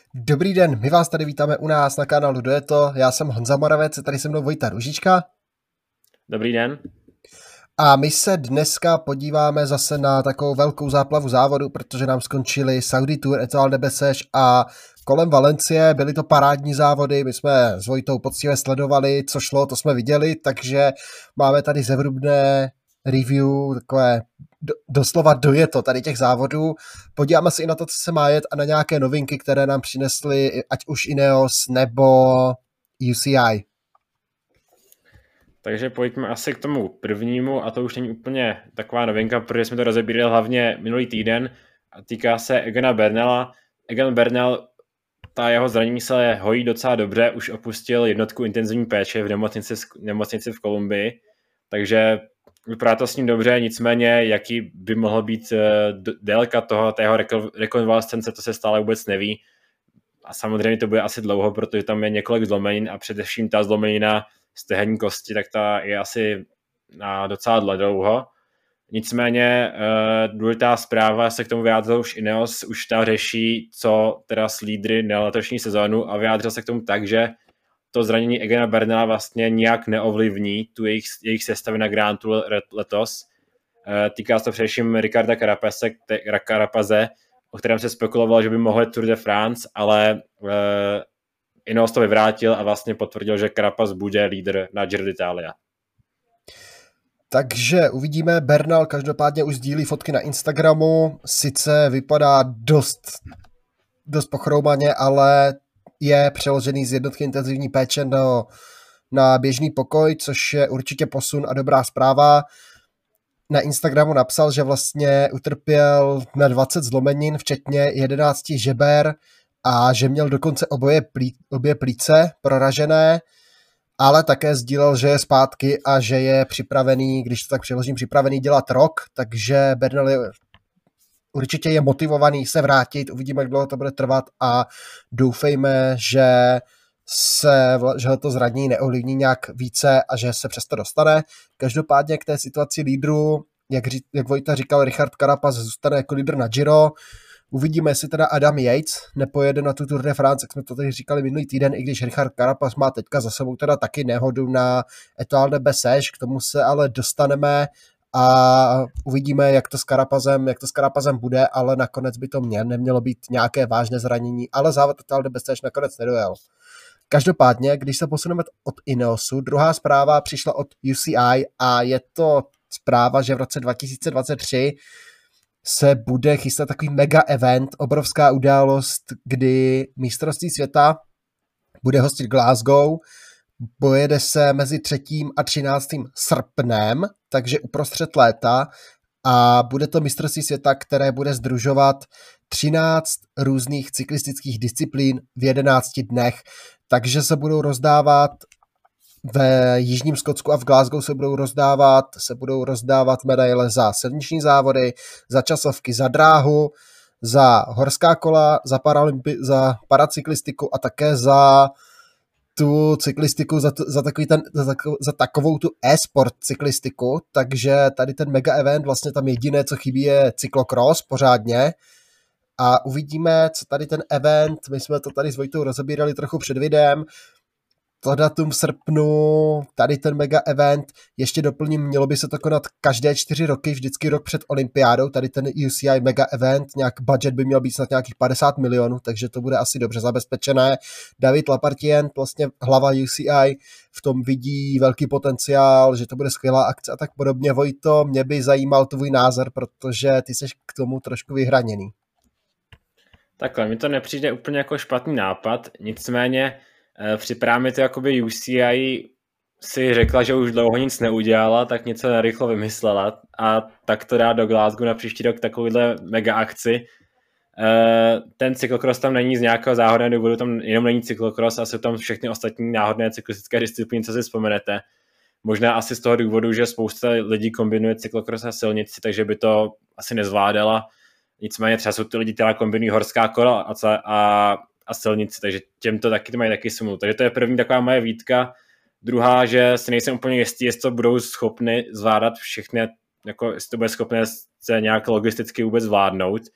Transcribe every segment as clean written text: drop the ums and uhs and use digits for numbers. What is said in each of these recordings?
Dobrý den, my vás tady vítáme u nás na kanálu Dueto, já jsem Honza Moravec, tady se mnou Vojta Růžička. Dobrý den. A my se dneska podíváme zase na takovou velkou záplavu závodu, protože nám skončily Saudi Tour, Etoile de Bessèges a kolem Valencie, byly to parádní závody, my jsme s Vojtou poctivě sledovali, co šlo, to jsme viděli, takže máme tady zevrubné review, takové doslova dojeto tady těch závodů. Podíváme se i na to, co se má jet a na nějaké novinky, které nám přinesly ať už Ineos nebo UCI. Takže pojďme asi k tomu prvnímu a to už není úplně taková novinka, protože jsme to rozebírali hlavně minulý týden a týká se Egana Bernala. Egan Bernal, ta jeho zranění se hojí docela dobře, už opustil jednotku intenzivní péče v nemocnici v Kolumbii, takže vypadá to s ním dobře, nicméně jaký by mohl být délka tého rekonvalescence, to se stále vůbec neví. A samozřejmě to bude asi dlouho, protože tam je několik zlomenin a především ta zlomenina stehenní kosti, tak ta je asi na docela dlouho. Nicméně důležitá zpráva, se k tomu vyjádřil už Ineos, už ta řeší, co teda s lídry na letošní sezónu a vyjádřil se k tomu tak, že to zranění Egana Bernala vlastně nijak neovlivní tu jejich sestavy na Grand Tour letos. Týká se to především Ricarda Carapaze, o kterém se spekulovalo, že by mohl Tour de France, ale Ineos to vyvrátil a vlastně potvrdil, že Carapaz bude lídr na Giro d'Italia. Takže uvidíme, Bernal každopádně už sdílí fotky na Instagramu, sice vypadá dost pochroumaně, ale je přeložený z jednotky intenzivní péče na běžný pokoj, což je určitě posun a dobrá zpráva. Na Instagramu napsal, že vlastně utrpěl na 20 zlomenin, včetně 11 žeber a že měl dokonce obě plíce proražené, ale také sdílel, že je zpátky a že je připravený, když to tak přeložím, připravený dělat rok, takže Bernal určitě je motivovaný se vrátit, uvidíme, jak dlouho to bude trvat a doufejme, že to zranění neovlivní nějak více a že se přesto dostane. Každopádně k té situaci lídru, jak Vojta říkal, Richard Carapaz zůstane jako lídr na Giro. Uvidíme, jestli teda Adam Yates nepojede na tu Tour de France, jak jsme to tady říkali minulý týden, i když Richard Carapaz má teďka za sebou teda taky nehodu na Etoile de Bessèges, k tomu se ale dostaneme a uvidíme, jak to s Carapazem bude, ale nakonec by to nemělo být nějaké vážné zranění, ale závod Etoile de Bessèges nakonec nedojel. Každopádně, když se posuneme od Ineosu, druhá zpráva přišla od UCI a je to zpráva, že v roce 2023 se bude chystat takový mega event, obrovská událost, kdy mistrovství světa bude hostit Glasgow, pojede se mezi 3. a 13. srpnem, takže uprostřed léta a bude to mistrovství světa, které bude sdružovat 13 různých cyklistických disciplín v 11 dnech, takže se budou rozdávat ve Jižním Skotsku a v Glasgow se budou rozdávat medaile za silniční závody, za časovky, za dráhu, za horská kola, za paracyklistiku a také za tu cyklistiku, za takovou tu e-sport cyklistiku, takže tady ten mega event, vlastně tam jediné, co chybí, je cyklokros pořádně a uvidíme, co tady ten event, my jsme to tady s Vojtou rozebírali trochu před videem, to datum v srpnu, tady ten mega event, ještě doplním, mělo by se to konat každé 4 roky, vždycky rok před olympiádou, tady ten UCI mega event, nějak budget by měl být snad nějakých 50 milionů, takže to bude asi dobře zabezpečené. David Lapartien, vlastně hlava UCI, v tom vidí velký potenciál, že to bude skvělá akce a tak podobně. Vojto, mě by zajímal tvůj názor, protože ty jsi k tomu trošku vyhraněný. Takhle, mi to nepřijde úplně jako špatný nápad, nicméně připravíme to jakoby UCI si řekla, že už dlouho nic neudělala, tak něco narychlo vymyslela a tak to dá do Glasgow na příští rok takovýhle mega akci. Ten cyklokros tam není z nějakého záhodného důvodu, tam jenom není cyklokros a jsou tam všechny ostatní náhodné cyklistické disciplíny, co si vzpomenete. Možná asi z toho důvodu, že spousta lidí kombinuje cyklokros a silnici, takže by to asi nezvládala. Nicméně třeba jsou ty lidi, která kombinují horská kola a silnici, takže těm to taky mají taky smůlu. Takže to je první taková moje výtka. Druhá, že si nejsem úplně jistý, jestli to budou schopni zvládat všechny, jako jestli to bude schopné se nějak logisticky vůbec zvládnout.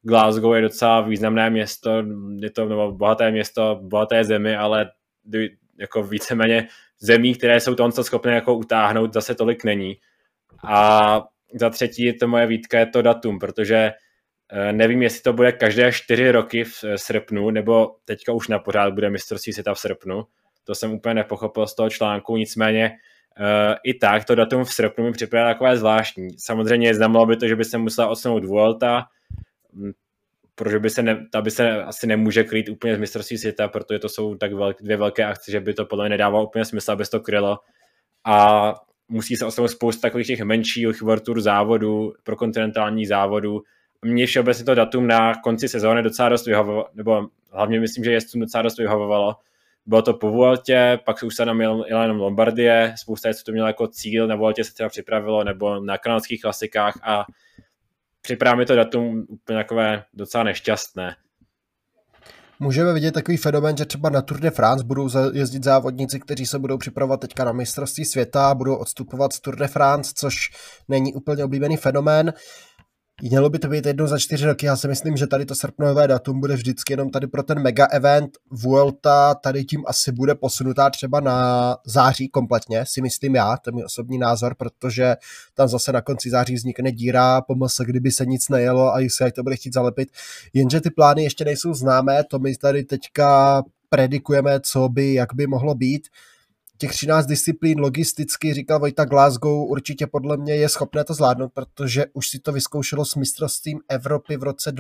Glasgow je docela významné město, je to bohaté město, bohaté zemi, ale jako víceméně zemí, které jsou to schopné jako utáhnout, zase tolik není. A za třetí je to moje výtka, je to datum, protože nevím, jestli to bude každé 4 roky v srpnu, nebo teďka už na pořád bude mistrovství světa v srpnu. To jsem úplně nepochopil z toho článku, nicméně i tak to datum v srpnu mi připadá takové zvláštní. Samozřejmě znamenalo by to, že by se musela odsunout Vuelta, protože by se asi nemůže krýt úplně z mistrovství světa, protože to jsou tak dvě velké akce, že by to podle mě nedávalo úplně smysl, aby se to krylo. A musí se oslovit spoustu takových těch menších World Tour závodů, pro kontinentální závodů. Mně všeobecně to datum na konci sezóny docela dost vyhovovalo, nebo hlavně myslím, že jezdcům docela dost vyhovovalo. Bylo to po Vueltě, pak už se nám jela jenom Lombardie, spousta jezdců to mělo jako cíl, na Vueltě se třeba připravilo, nebo na kanadských klasikách a připadá mi to datum úplně takové docela nešťastné. Můžeme vidět takový fenomén, že třeba na Tour de France budou jezdit závodníci, kteří se budou připravovat teďka na mistrovství světa, budou odstupovat z Tour de France, což není úplně oblíbený fenomén. Mělo by to být jednou za 4 roky, já si myslím, že tady to srpnové datum bude vždycky jenom tady pro ten mega event. Vuelta tady tím asi bude posunutá třeba na září kompletně, si myslím já, to je můj osobní názor, protože tam zase na konci září vznikne díra, pomysl, kdyby se nic nejelo a UCI to bude chtít zalepit. Jenže ty plány ještě nejsou známé, to my tady teďka predikujeme, co by, jak by mohlo být. Těch 13 disciplín logisticky, říkal Vojta, Glasgow určitě podle mě je schopné to zvládnout, protože už si to vyzkoušelo s mistrovstvím Evropy v roce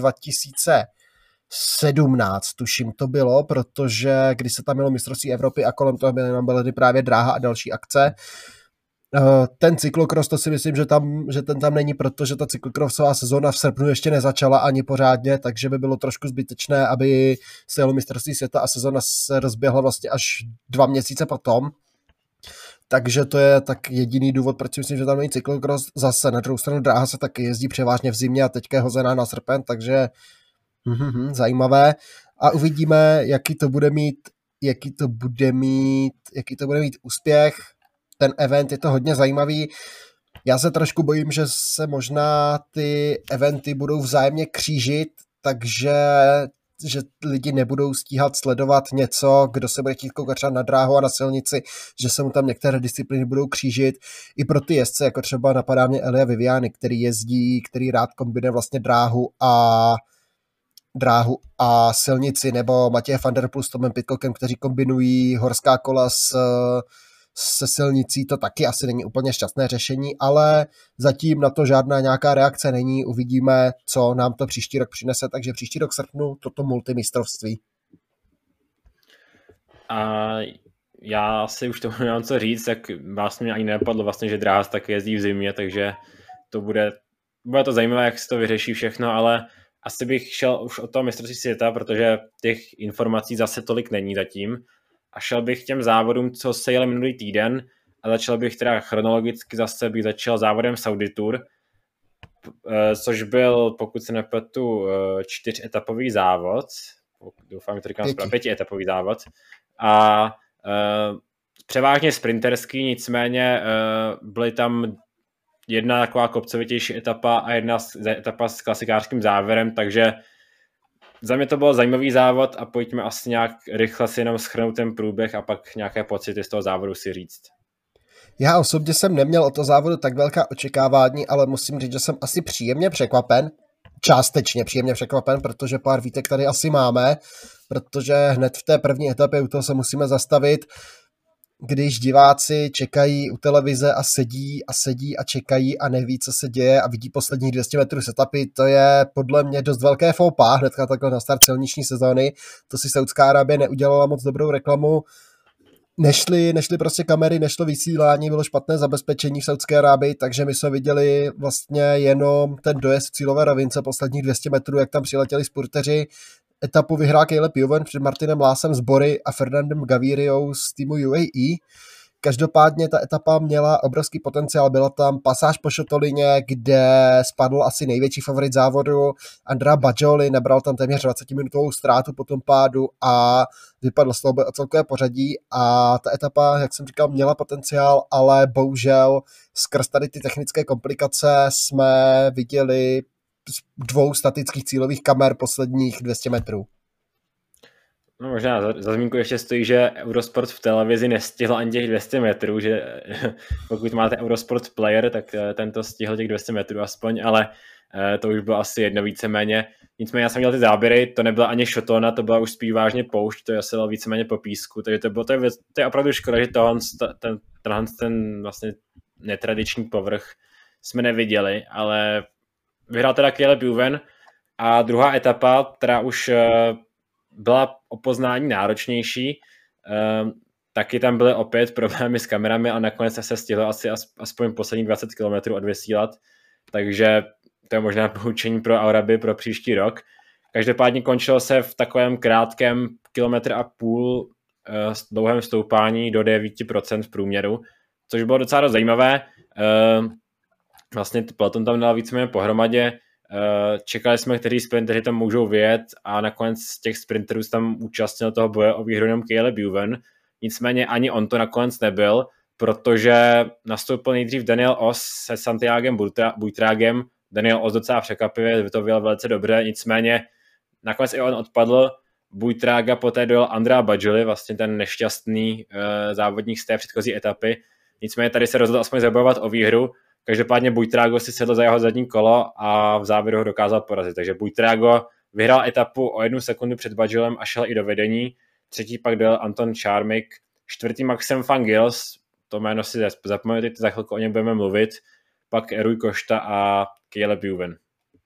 2017, tuším to bylo, protože když se tam mělo mistrovství Evropy a kolem toho byly právě dráha a další akce. Ten cyklokros, to si myslím, že ten tam není, protože ta cyklokrosová sezóna v srpnu ještě nezačala ani pořádně, takže by bylo trošku zbytečné, aby se jelo mistrovství světa a sezóna se rozběhla vlastně až 2 měsíce potom. Takže to je tak jediný důvod, proč si myslím, že tam není cyklokros. Zase na druhou stranu dráha se taky jezdí převážně v zimě a teďka je hozená na srpen, takže zajímavé. A uvidíme, jaký to bude mít úspěch. Ten event je to hodně zajímavý. Já se trošku bojím, že se možná ty eventy budou vzájemně křížit, takže že lidi nebudou stíhat sledovat něco, kdo se bude chtít koukat třeba na dráhu a na silnici, že se mu tam některé disciplíny budou křížit. I pro ty jezdce, jako třeba napadá mě Elia Viviani, který rád kombinuje vlastně dráhu a silnici, nebo Matěj van der Poel s Tomem Pidcockem, kteří kombinují horská kola se silnicí, to taky asi není úplně šťastné řešení, ale zatím na to žádná nějaká reakce není, uvidíme, co nám to příští rok přinese, takže příští rok srpnu toto multimistrovství. A já si už tomu nemám co říct, tak vlastně mě ani nenapadlo vlastně, že dráha tak jezdí v zimě, takže to bude to zajímavé, jak se to vyřeší všechno, ale asi bych šel už od toho mistrovství světa, protože těch informací zase tolik není zatím. A šel bych k těm závodům, co se jeli minulý týden a začal bych teda chronologicky začal závodem Saudi Tour, což byl, pokud se nepletu, 4etapový závod, doufám, že to říkám správně, 5etapový závod a převážně sprinterský, nicméně byly tam jedna taková kopcovitější etapa a jedna etapa s klasikářským závěrem, takže za mě to byl zajímavý závod a pojďme asi nějak rychle si jenom shrnout ten průběh a pak nějaké pocity z toho závodu si říct. Já osobně jsem neměl o to závodu tak velká očekávání, ale musím říct, že jsem asi příjemně překvapen, částečně příjemně překvapen, protože pár výtek tady asi máme, protože hned v té první etapě u toho se musíme zastavit, když diváci čekají u televize a sedí a čekají a neví, co se děje a vidí posledních 200 metrů z etapy, to je podle mě dost velké faux pas, hnedka takhle na start silniční sezóny, to si Saudská Arábie neudělala moc dobrou reklamu, nešly prostě kamery, nešlo vysílání, bylo špatné zabezpečení v Saudské Arábii, takže my jsme viděli vlastně jenom ten dojezd v cílové rovince posledních 200 metrů, jak tam přiletěli spurteři. Etapu vyhrál Caleb Ewan před Martinem Lásem z Bory a Fernandem Gaviriou z týmu UAE. Každopádně ta etapa měla obrovský potenciál, byla tam pasáž po Šotolině, kde spadl asi největší favorit závodu Andrea Bajoli, nebral tam téměř 20-minutovou ztrátu po tom pádu a vypadl z toho o celkové pořadí a ta etapa, jak jsem říkal, měla potenciál, ale bohužel skrz tady ty technické komplikace jsme viděli 2 statických cílových kamer posledních 200 metrů. No možná za zmínku ještě stojí, že Eurosport v televizi nestihl ani těch 200 metrů, že pokud máte Eurosport Player, tak tento stihl těch 200 metrů aspoň, ale to už bylo asi jedno víceméně. Nicméně já jsem měl ty záběry, to nebyla ani šotona, to byla už spíš vážně poušť, to je asi víceméně po písku, takže to je opravdu škoda, že ten vlastně netradiční povrch jsme neviděli, ale vyhrál teda Caleb Ewan a druhá etapa, která už byla o poznání náročnější, taky tam byly opět problémy s kamerami a nakonec se stihlo asi aspoň poslední 20 km odvysílat, takže to je možná poučení pro Araby pro příští rok. Každopádně končilo se v takovém krátkém 1,5 kilometru dlouhém stoupání do 9% v průměru, což bylo docela zajímavé. Vlastně peloton tam dal víceméně pohromadě. Čekali jsme, kteří sprinteři tam můžou vyjet a nakonec z těch sprinterů se tam účastnil toho boje o výhru jenom Caleb Ewan. Nicméně ani on to nakonec nebyl, protože nastoupil nejdřív Daniel Oss se Santiagem Buitragem. Daniel Oss docela překvapivě, to byl velice dobře, nicméně nakonec i on odpadl. Buitraga poté dojel Andrea Bajoli, vlastně ten nešťastný závodník z té předchozí etapy. Nicméně tady se rozhodl aspoň zabojovat o výhru. Každopádně Buitrago si sedl za jeho zadní kolo a v závěru ho dokázal porazit. Takže Buitrago vyhrál etapu o 1 sekundu před Bajolem a šel i do vedení. Třetí pak dojel Anton Charmik, čtvrtý Maxim van Gils, to jméno si zapomeňte, za chvilku o něm budeme mluvit, pak Rui Costa a Caleb Ewan.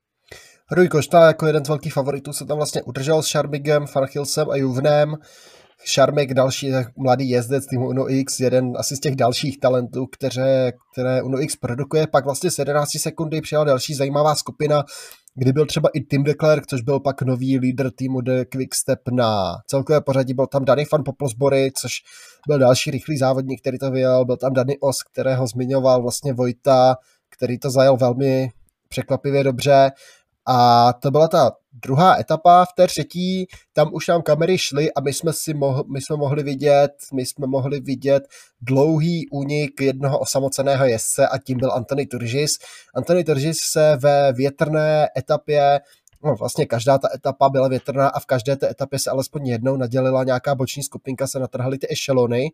Rui Costa jako jeden z velkých favoritů se tam vlastně udržel s Charmigem, Van Gilsem a Ewanem. Charmik, další mladý jezdec týmu Uno X, jeden asi z těch dalších talentů, které Uno X produkuje. Pak vlastně z 11 sekundy přijela další zajímavá skupina, kdy byl třeba i Tim de Klerk, což byl pak nový lídr týmu The Quickstep na celkové pořadí. Byl tam Danny van Poppelsbury, což byl další rychlý závodník, který to vyjel. Byl tam Danny Oss, kterého zmiňoval vlastně Vojta, který to zajel velmi překvapivě dobře. A to byla ta druhá etapa. V té třetí, tam už nám kamery šly a my jsme mohli vidět dlouhý únik jednoho osamoceného jezdce a tím byl Anthony Turgis. Anthony Turgis se ve větrné etapě, vlastně každá ta etapa byla větrná a v každé té etapě se alespoň jednou nadělila nějaká boční skupinka, se natrhaly ty ešelony.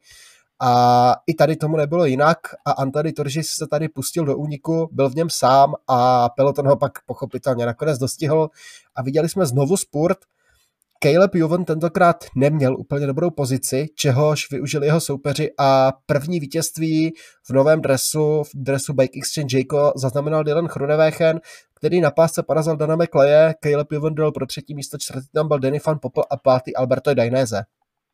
A i tady tomu nebylo jinak a Anthony Turgis se tady pustil do úniku, byl v něm sám a peloton ho pak pochopitelně nakonec dostihl a viděli jsme znovu spurt. Caleb Ewan tentokrát neměl úplně dobrou pozici, čehož využili jeho soupeři a první vítězství v novém dresu Bike Exchange Jayco zaznamenal Dylan Groenewegen, který na pásce porazil Dana McLeje, Caleb Ewan dal pro třetí místo, čtvrtý tam byl Danny van Poppel a pátý Alberto Dainese.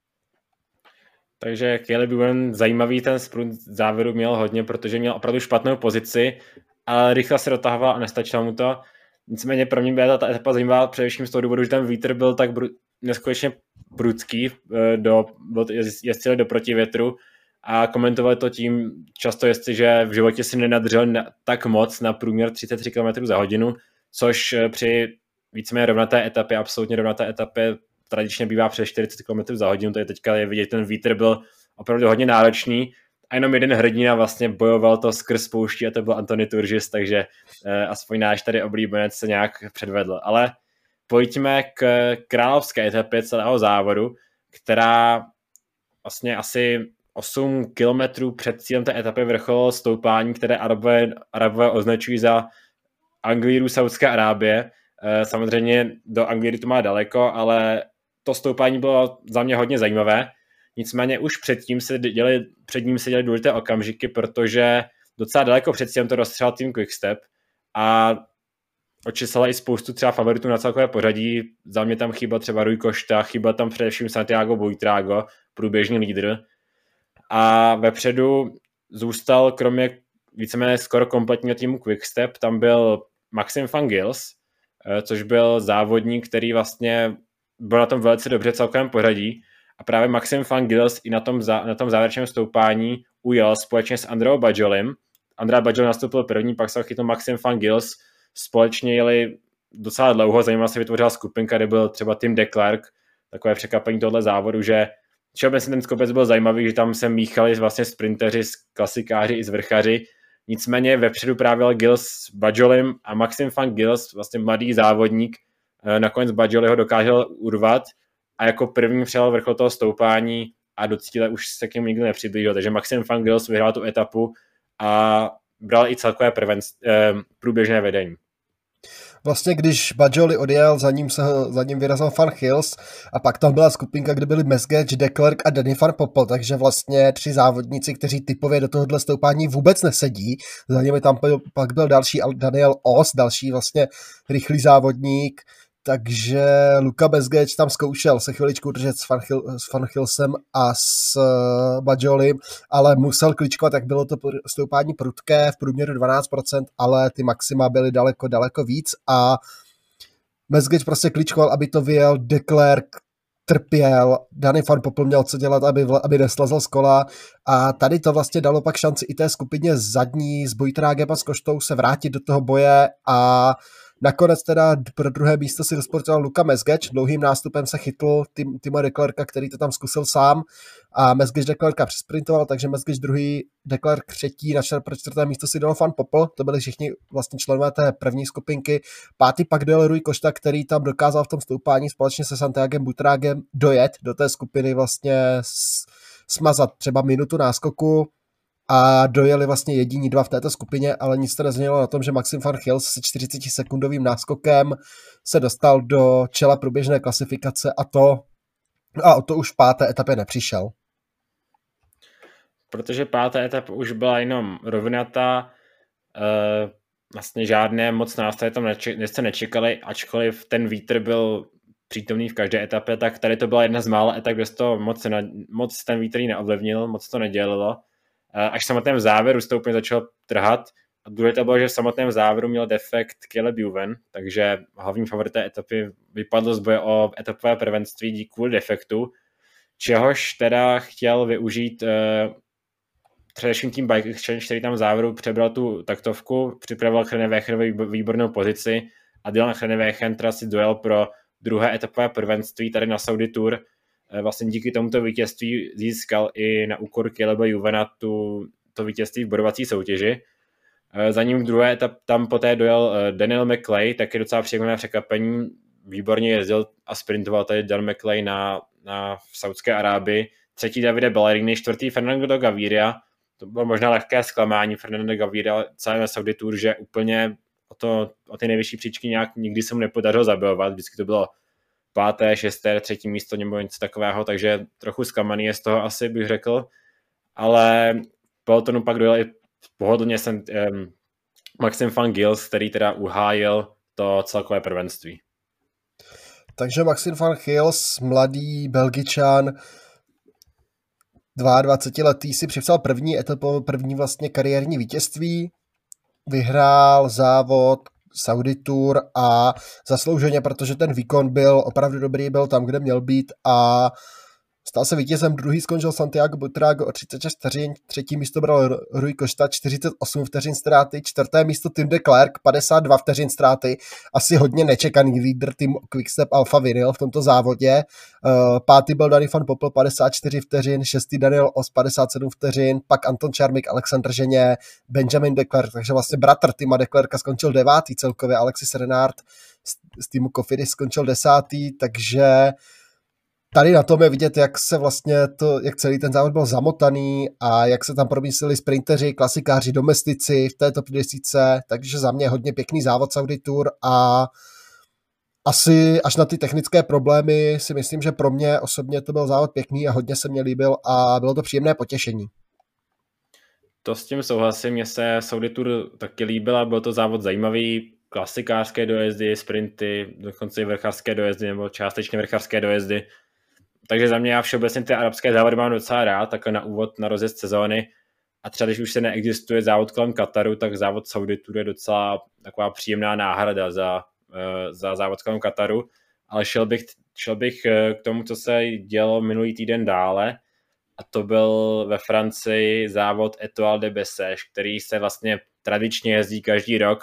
Takže Caleb Ewan zajímavý ten sprint závěru měl hodně, protože měl opravdu špatnou pozici, ale rychle se dotahoval a nestačilo mu to. Nicméně pro mě byla ta etapa zajímavá především z toho důvodu, že ten vítr byl tak neskutečně prudký, jezdili do protivětru a komentovali to tím často jezdci, že v životě si nenadržel tak moc na průměr 33 km za hodinu, což při víceméně rovnaté etapě, absolutně rovnaté etapě tradičně bývá přes 40 km za hodinu, tady teďka je vidět, ten vítr byl opravdu hodně náročný a jenom jeden hrdina vlastně bojoval to skrz pouští a to byl Anthony Turgis, takže aspoň náš tady oblíbenec se nějak předvedl. Ale pojďme k královské etapě celého závodu, která vlastně asi 8 kilometrů před cílem té etapy vrcholilo stoupání, které Arabové označují za Anglíru Saudské Arábie. Samozřejmě do Anglíry to má daleko, ale to stoupání bylo za mě hodně zajímavé. Nicméně už před ním se děly důležité okamžiky, protože docela daleko před cílem to rozstřelal tým Quickstep a očisala i spoustu třeba favoritů na celkové pořadí. Za mě tam chýbal třeba Rui Costa, chýbal tam především Santiago Buitrago, průběžný lídr. A vepředu zůstal kromě víceméně skoro kompletního týmu Quickstep, tam byl Maxim van Gils, což byl závodník, který vlastně byl na tom velice dobře celkovém pořadí a právě Maxim van Gils i na tom závěrečném stoupání ujel společně s Andreou Bajolim. Andrea Bajol nastoupil první, pak se chytl Maxim van Gils, společně jeli docela dlouho, zajímavě se vytvořila skupinka, kde byl třeba Tim de Klerk, takové překvapení tohle závodu, že všeobecně ten kopec byl zajímavý, že tam se míchali vlastně sprinteři, klasikáři i zvrchaři. Nicméně vepředu právě Gilles s Bajolim a Maxim van Gils, vlastně mladý závodník, nakonec Bajoli ho dokázal urvat a jako první přijal vrchol toho stoupání a do cíle už se k němu nikdo nepřiblížil, takže Maxim van Gils vyhrál tu etapu a bral i celkové průběžné vedení. Vlastně když Bajoli odjel, za ním vyrazil Van Gils a pak tam byla skupinka, kde byli Mesgec, De Klerk a Danny van Poppel, takže vlastně 3 závodníci, kteří typově do tohohle stoupání vůbec nesedí. Za nimi tam pak byl další Daniel Oss, další vlastně rychlý závodník, takže Luka Mesgec tam zkoušel se chviličku držet s Van Gilsem a s Bajolim, ale musel kličkovat, jak bylo to stoupání prudké, v průměru 12%, ale ty maxima byly daleko víc a Mesgec prostě kličkoval, aby to vyjel, De Klerk trpěl, Danny van Poppel měl co dělat, aby neslazl z kola a tady to vlastně dalo pak šanci i té skupině zadní s Buitrágem a s Koštou se vrátit do toho boje a nakonec teda pro druhé místo si rozportoval Luka Mesgec, dlouhým nástupem se chytl Timo De Klerka, který to tam zkusil sám a Mesgec De Klerka přesprintoval, takže Mesgec druhý, De Klerk třetí, pro 4. místo si dal Van Poppel, to byli všichni vlastně členové té první skupinky, 5. pak dojel Rui Costa, který tam dokázal v tom stoupání společně se Santiagem Buitragem dojet do té skupiny vlastně smazat třeba minutu náskoku, a dojeli vlastně jediní 2 v této skupině, ale nic to nezměnilo na tom, že Maxim van Gils se 40-sekundovým náskokem se dostal do čela průběžné klasifikace a o to už v 5. etapě nepřišel. Protože 5. etapa už byla jenom rovinatá, vlastně žádné moc nástroje tam jste nečekali, ačkoliv ten vítr byl přítomný v každé etapě, tak tady to byla jedna z mála etap, kde to moc ten vítr neovlivnil, moc to nedělilo. Až v samotném závěru stoupně začal trhat a druhé to bylo, že v samotném závěru měl defekt Caleb Ewan, takže hlavní favorit té etapy vypadl z boje o etapové prvenství kvůli defektu, čehož teda chtěl využít především tým Bike Exchange, který tam v závěru přebral tu taktovku, připravil Groenewegenovi výbornou pozici a Dylan Groenewegen teda si dojel pro druhé etapové prvenství tady na Saudi Tour. Vlastně díky tomuto vítězství získal i na úkor Caleba Ewena to vítězství v bodovací soutěži. Za ním v druhé etap tam poté dojel Daniel McLay, taky docela příjemné překvapení. Výborně jezdil a sprintoval tady Dan McLay v Saudské Arábii. 3. Davide Ballerini, 4. Fernando Gaviria. To bylo možná lehké zklamání Fernando Gaviria celé na Saudi Tour, že úplně o ty nejvyšší příčky nějak nikdy se mu nepodařilo zabojovat. Vždycky to bylo 5., 6., 3. místo nebo něco takového, takže trochu zklamaný je z toho asi, bych řekl. Ale pelotonu pak dojel i pohodlně Maxim van Gils, který teda uhájil to celkové prvenství. Takže Maxim van Gils, mladý Belgičan, 22letý, si připsal první vlastně kariérní vítězství, vyhrál závod Saudi Tour a zaslouženě, protože ten výkon byl opravdu dobrý, byl tam, kde měl být a stal se vítězem. Druhý skončil Santiago Buitrago o 36 vteřin, 3. místo bral Rui Costa 48 vteřin ztráty, 4. místo Tim de Klerk 52 vteřin ztráty, asi hodně nečekaný lídr tým Quickstep Alpha Vinyl v tomto závodě. 5. byl Danny van Poppel 54 vteřin, 6. Daniel Oss 57 vteřin, pak Anton Čarmik, Alexandr Ženě, Benjamin de Klerk, takže vlastně bratr Tima de Klerka skončil 9. celkově, Alexis Renard z týmu Cofidis skončil 10. takže tady na tom je vidět, jak celý ten závod byl zamotaný a jak se tam promysleli sprinteři, klasikáři, domestici v této 10, takže za mě hodně pěkný závod Saudi Tour a asi až na ty technické problémy si myslím, že pro mě osobně to byl závod pěkný a hodně se mě líbil a bylo to příjemné potěšení. To s tím souhlasím, mně se Saudi Tour taky líbila, byl to závod zajímavý, klasikářské dojezdy, sprinty, dokonce i vrchářské dojezdy nebo částečně vrchářské dojezdy. Takže za mě já všeobecně ty arabské závody mám docela rád, takhle na úvod, na rozjezd sezóny. A třeba když už se neexistuje závod kolem Kataru, tak závod Saudi Tour je docela taková příjemná náhrada za závod kolem Kataru. Ale šel bych k tomu, co se dělo minulý týden dále. A to byl ve Francii závod Étoile de Bessèges, který se vlastně tradičně jezdí každý rok.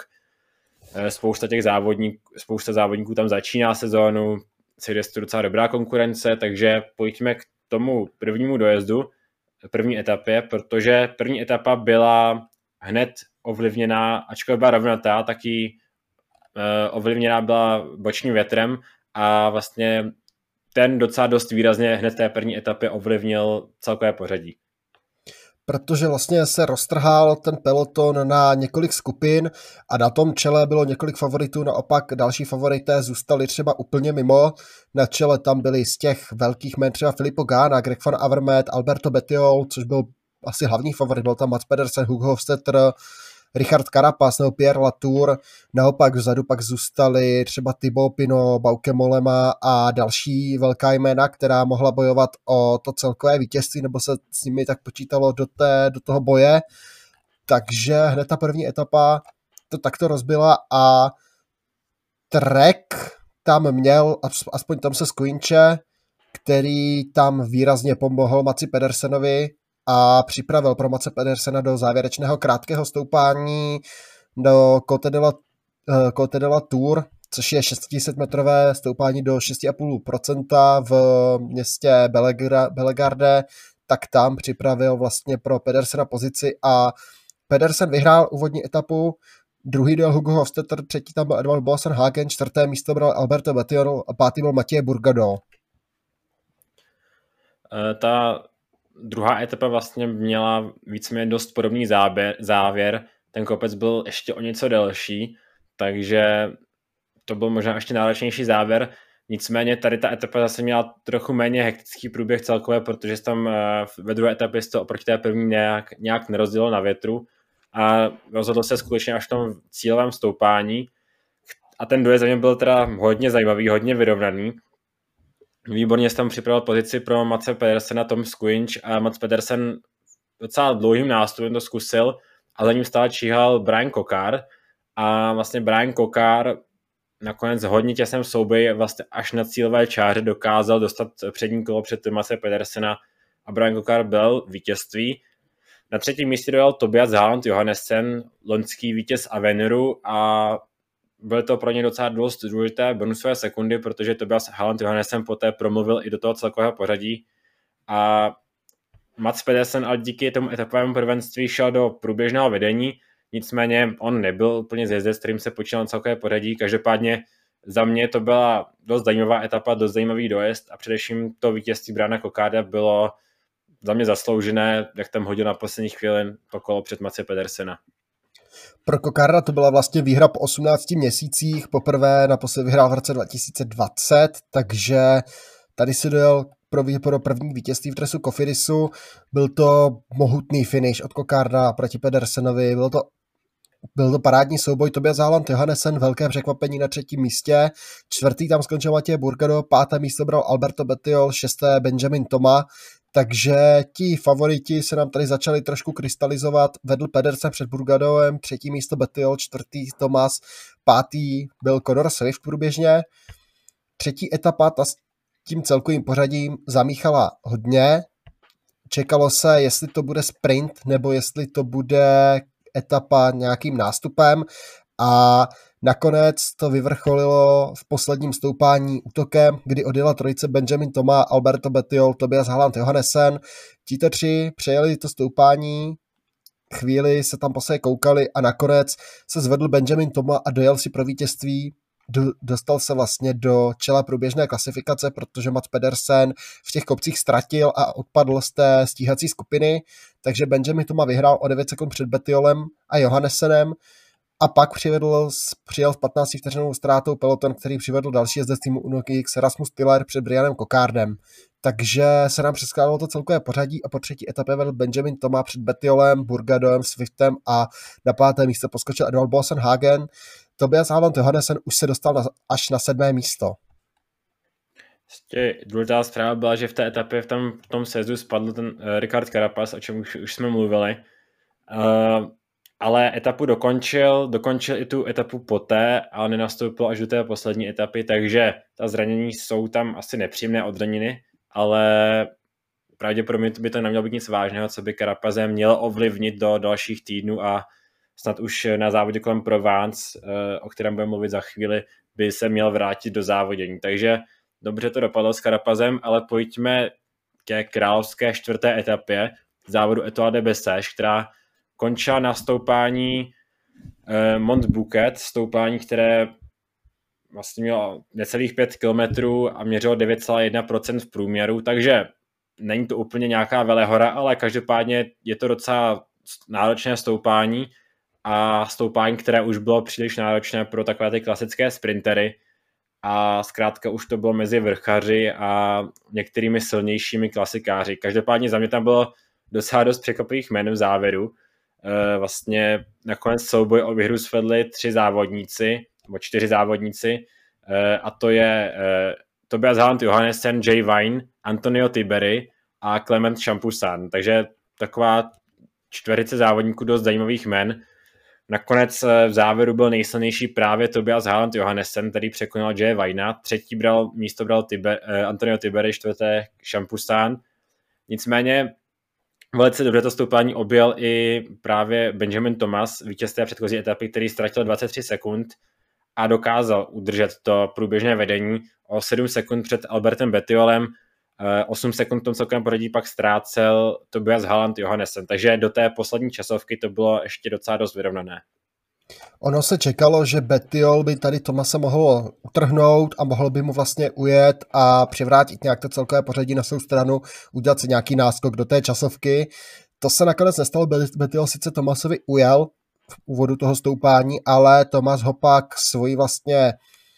Spousta závodníků tam začíná sezónu, je to docela dobrá konkurence, takže pojďme k tomu prvnímu dojezdu, první etapě, protože první etapa byla hned ovlivněná, ačkoliv byla rovnatá, taky ovlivněná byla bočním větrem a vlastně ten docela dost výrazně hned té první etapě ovlivnil celkové pořadí. Protože vlastně se roztrhal ten peloton na několik skupin a na tom čele bylo několik favoritů, naopak další favorité zůstali třeba úplně mimo. Na čele tam byli z těch velkých jmen třeba Filippo Ganna, Greg van Avermaet, Alberto Bettiol, což byl asi hlavní favorit, byl tam Mats Pedersen, Hugo Hofstetter, Richard Carapaz nebo Pierre Latour. Naopak vzadu pak zůstali třeba Thibaut Pinot, Bauke Mollema a další velká jména, která mohla bojovat o to celkové vítězství, nebo se s nimi tak počítalo do toho boje. Takže hned ta první etapa to takto rozbila a Trek tam měl, aspoň Tom se Skuinče, který tam výrazně pomohl Matsi Pedersenovi a připravil pro Matse Pedersena do závěrečného krátkého stoupání do Côte de la Tour, což je 600-metrové stoupání do 6,5% v městě Bellegarde, tak tam připravil vlastně pro Pedersena pozici a Pedersen vyhrál úvodní etapu, druhý dojel Hugo Hofstetter, třetí tam byl Edvald Boasson-Hagen, čtvrté místo bral Alberto Bettiol a pátý byl Mathieu Bourgadeau. Ta druhá etapa vlastně měla víceméně dost podobný závěr. Ten kopec byl ještě o něco delší, takže to byl možná ještě náročnější závěr. Nicméně tady ta etapa zase měla trochu méně hektický průběh celkové, protože se tam ve druhé etapě to oproti té první nějak nerozdělilo na větru a rozhodlo se skutečně až v tom cílovém stoupání. A ten dojezd za mě byl teda hodně zajímavý, hodně vyrovnaný. Výborně jsem tam připravil pozici pro Matse Pedersena, Tom Skuinč a Mats Pedersen docela dlouhým nástupem to zkusil a za ním stále číhal Brian Cockard a vlastně Brian Cockard nakonec hodně těsném souboji vlastně až na cílové čáře dokázal dostat přední kolo před Matse Pedersena a Brian Cockard byl vítězství. Na třetím místě dojel Tobias Haaland Johannessen, loňský vítěz Avenuru a bylo to pro ně docela dost důležité bonusové sekundy, protože Tobias Haaland Johannessen poté promluvil i do toho celkového pořadí a Mats Pedersen ale díky tomu etapovému prvenství šel do průběžného vedení, nicméně on nebyl úplně zjezdec, kterým se počínal na celkové pořadí, každopádně za mě to byla dost zajímavá etapa, dost zajímavý dojezd a především to vítězství Briana Cockarda bylo za mě zasloužené, jak tam hodil na poslední chvíli to kolo před Matse Pedersena. Pro Cockarda to byla vlastně výhra po 18 měsících, poprvé naposledy vyhrál v roce 2020, takže tady si dojel pro první vítězství v dresu Cofidissu. Byl to mohutný finish od Cockarda proti Pedersenovi, byl to parádní souboj. Tobias Haaland Johannessen, velké překvapení na třetím místě. Čtvrtý tam skončil Mathieu Bourgadeau, páté místo bral Alberto Bettiol, šesté Benjamin Thomas. Takže ti favoriti se nám tady začali trošku krystalizovat. Vedl Pedersen před Bourgadeauem, třetí místo Bettiol, čtvrtý Thomas, pátý byl Conor Swift průběžně. Třetí etapa ta s tím celkovým pořadím zamíchala hodně. Čekalo se, jestli to bude sprint, nebo jestli to bude etapa nějakým nástupem a nakonec to vyvrcholilo v posledním stoupání útokem, kdy odjela trojice Benjamin Thomas, Alberto Bettiol, Tobias Haaland Johannessen. Tito tři přejeli to stoupání, chvíli se tam po sebe koukali a nakonec se zvedl Benjamin Thomas a dojel si pro vítězství. Dostal se vlastně do čela průběžné klasifikace, protože Mats Pedersen v těch kopcích ztratil a odpadl z té stíhací skupiny, takže Benjamin Thomas vyhrál o 9 sekund před Bettiolem a Johannessenem a pak přijel v 15 vteřinovou ztrátou peloton, který přivedl další jezdec týmu UnoX Rasmus Tiller před Brianem Cockardem. Takže se nám přeskládalo to celkové pořadí a po třetí etapě vedl Benjamin Thomas před Bettiolem, Bourgadeauem, Swiftem a na páté místo poskočil Edvald Boasson-Hagen. Tobias Haaland Johannessen už se dostal až na 7. místo. Důležitá zpráva byla, že v té etapě v tom sjezdu spadl ten Richard Carapaz, o čem už jsme mluvili. Ale etapu dokončil i tu etapu poté, ale nenastoupil až do té poslední etapy, takže ta zranění jsou tam asi nepříjemné odraniny, ale pravděpodobně by to nemělo být nic vážného, co by Carapazem mělo ovlivnit do dalších týdnů a snad už na závodě kolem Provence, o kterém budeme mluvit za chvíli, by se měl vrátit do závodění. Takže dobře to dopadlo s Carapazem, ale pojďme ke královské čtvrté etapě závodu Etoile de Bessèges, která končila na stoupání Mont Bouquet, stoupání, které vlastně mělo necelých 5 kilometrů a měřilo 9,1% v průměru, takže není to úplně nějaká velehora, ale každopádně je to docela náročné stoupání a stoupání, které už bylo příliš náročné pro takové ty klasické sprintery a zkrátka už to bylo mezi vrchaři a některými silnějšími klasikáři. Každopádně za mě tam bylo docela dost překvapivých jmen v závěru. Vlastně nakonec souboj o výhru svedli 3 závodníci, nebo 4 závodníci, a to je Tobias Halland Johannessen, Jay Vine, Antonio Tiberi a Clement Champoussin. Takže taková čtverice závodníků dost zajímavých jmen. Nakonec v závěru byl nejsilnější právě Tobias Halland Johannessen, který překonal Jay Vinea. Třetí místo bral Antonio Tiberi, čtvrté Champoussin. Nicméně velice dobře to stoupání objel i právě Benjamin Thomas, vítěz té předchozí etapy, který ztratil 23 sekund a dokázal udržet to průběžné vedení o 7 sekund před Albertem Bettiolem. 8 sekund v tom celkovém pořadí pak ztrácel Tobias Halland Johannessen, takže do té poslední časovky to bylo ještě docela dost vyrovnané. Ono se čekalo, že Bettiol by tady Thomase mohl utrhnout a mohl by mu vlastně ujet a přivrátit nějak to celkové pořadí na svou stranu, udělat si nějaký náskok do té časovky. To se nakonec nestalo, Bettiol sice Thomasovi ujel v úvodu toho stoupání, ale Thomas ho pak svojí vlastně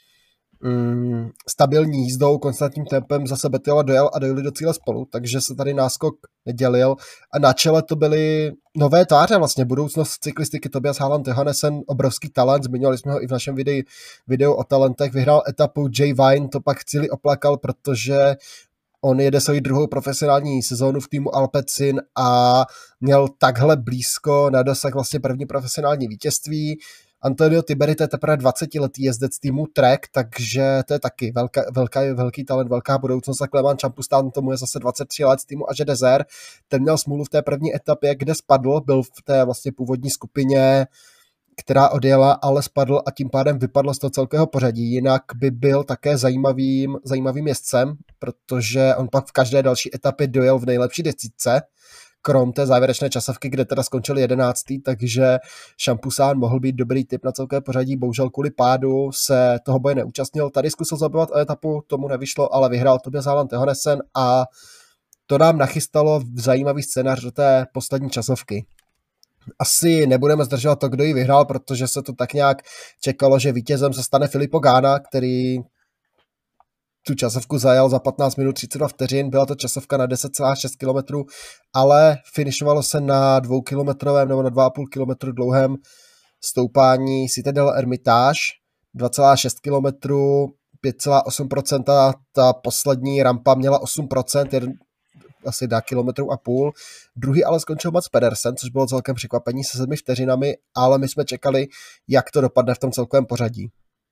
stabilní jízdou, konstantním tempem zase Bettiola dojel a dojeli do cíle spolu, takže se tady náskok nedělil a na čele to byly nové tváře, vlastně budoucnost cyklistiky. Tobias Halland Johannessen, obrovský talent, zmiňovali jsme ho i v našem videu o talentech, vyhrál etapu, Jay Vine to pak celý oplakal, protože on jede svoji druhou profesionální sezónu v týmu Alpecin a měl takhle blízko na dosah vlastně první profesionální vítězství. Antonio Tiberi, to je teprve 20-letý jezdec týmu Trek, takže to je taky velký talent, velká budoucnost. A Clement Champoussin, tomu je zase 23 let z týmu AG Desert. Ten měl smůlu v té první etapě, kde spadl, byl v té vlastně původní skupině, která odjela, ale spadl a tím pádem vypadl z toho celkového pořadí. Jinak by byl také zajímavým jezdcem, protože on pak v každé další etapě dojel v nejlepší desítce, krom té závěrečné časovky, kde teda skončil 11. Takže Champoussin mohl být dobrý tip na celkové pořadí, bohužel kvůli pádu se toho boje neúčastnil. Tady zkusil zabývat o etapu, tomu nevyšlo, ale vyhrál Tobias Halland Johannessen a to nám nachystalo zajímavý scénář do té poslední časovky. Asi nebudeme zdržovat to, kdo ji vyhrál, protože se to tak nějak čekalo, že vítězem se stane Filippo Ganna, který tu časovku zajel za 15 minut 32 vteřin, byla to časovka na 10,6 km, ale finišovalo se na 2kilometrovém nebo na 2,5 km dlouhém stoupání Citadel Hermitage, 2,6 km, 5,8%, ta poslední rampa měla 8%, asi na kilometru a půl. Druhý ale skončil Mats Pedersen, což bylo celkem překvapení se 7 vteřinami, ale my jsme čekali, jak to dopadne v tom celkovém pořadí.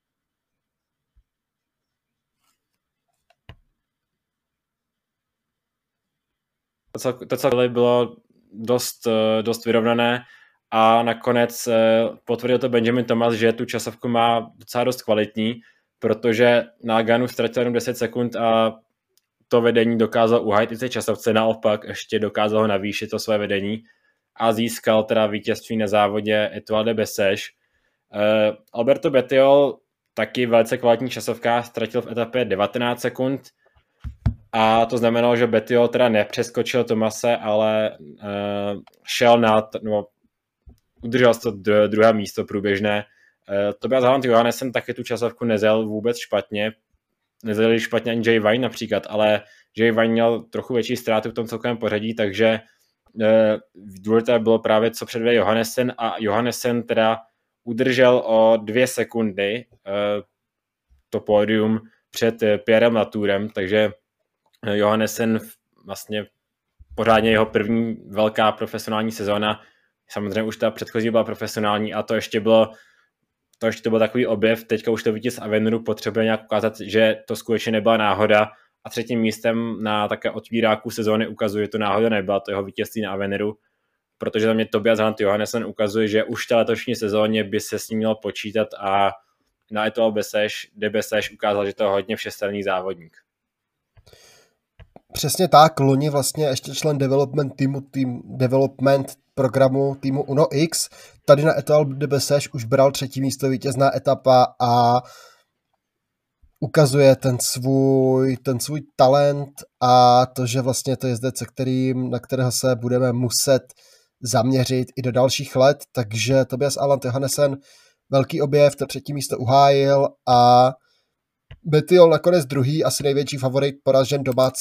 To celé bylo dost vyrovnané a nakonec potvrdil to Benjamin Thomas, že tu časovku má docela dost kvalitní, protože na Gannu ztratil jenom 10 sekund a to vedení dokázal uhájit i té časovce, naopak ještě dokázal ho navýšit to své vedení a získal teda vítězství na závodě Etoile de Bessèges. Alberto Bettiol, taky velice kvalitní časovka, ztratil v etapě 19 sekund a to znamenalo, že Bettiol teda nepřeskočil Thomase, ale udržel to druhé místo průběžné. Tobias Halland Johannessen taky tu časovku nezel vůbec špatně. Nezjeli špatně ani Jay Vine například, ale Jay Vine měl trochu větší ztrátu v tom celkovém pořadí, takže důležité bylo právě, co předvede Johannessen a Johannessen teda udržel o 2 sekundy to pódium před Pierrem Latourem, takže Johannessen vlastně pořádně jeho první velká profesionální sezóna, samozřejmě už ta předchozí byla profesionální a to ještě byl takový objev, teďka už to vítěz Avenuru potřebuje nějak ukázat, že to skutečně nebyla náhoda a třetím místem na také otvíráku sezóny ukazuje, že to náhoda nebyla, to jeho vítězství na Avenuru, protože za mě Tobias Halland Johannessen ukazuje, že už v té letošní sezóně by se s ním mělo počítat a na Etoile de Bessèges ukázal, že to je hodně všestranný závodník. Přesně tak, loni vlastně ještě člen development programu týmu Uno X, tady na Etoile de Bessèges už bral 3. místo, vítězná etapa a ukazuje ten svůj talent a to, že vlastně to je jezdec, na kterého se budeme muset zaměřit i do dalších let, takže Tobias Aland Johannesen velký objev, to 3. místo uhájil a Bettiol nakonec druhý, asi největší favorit, poražen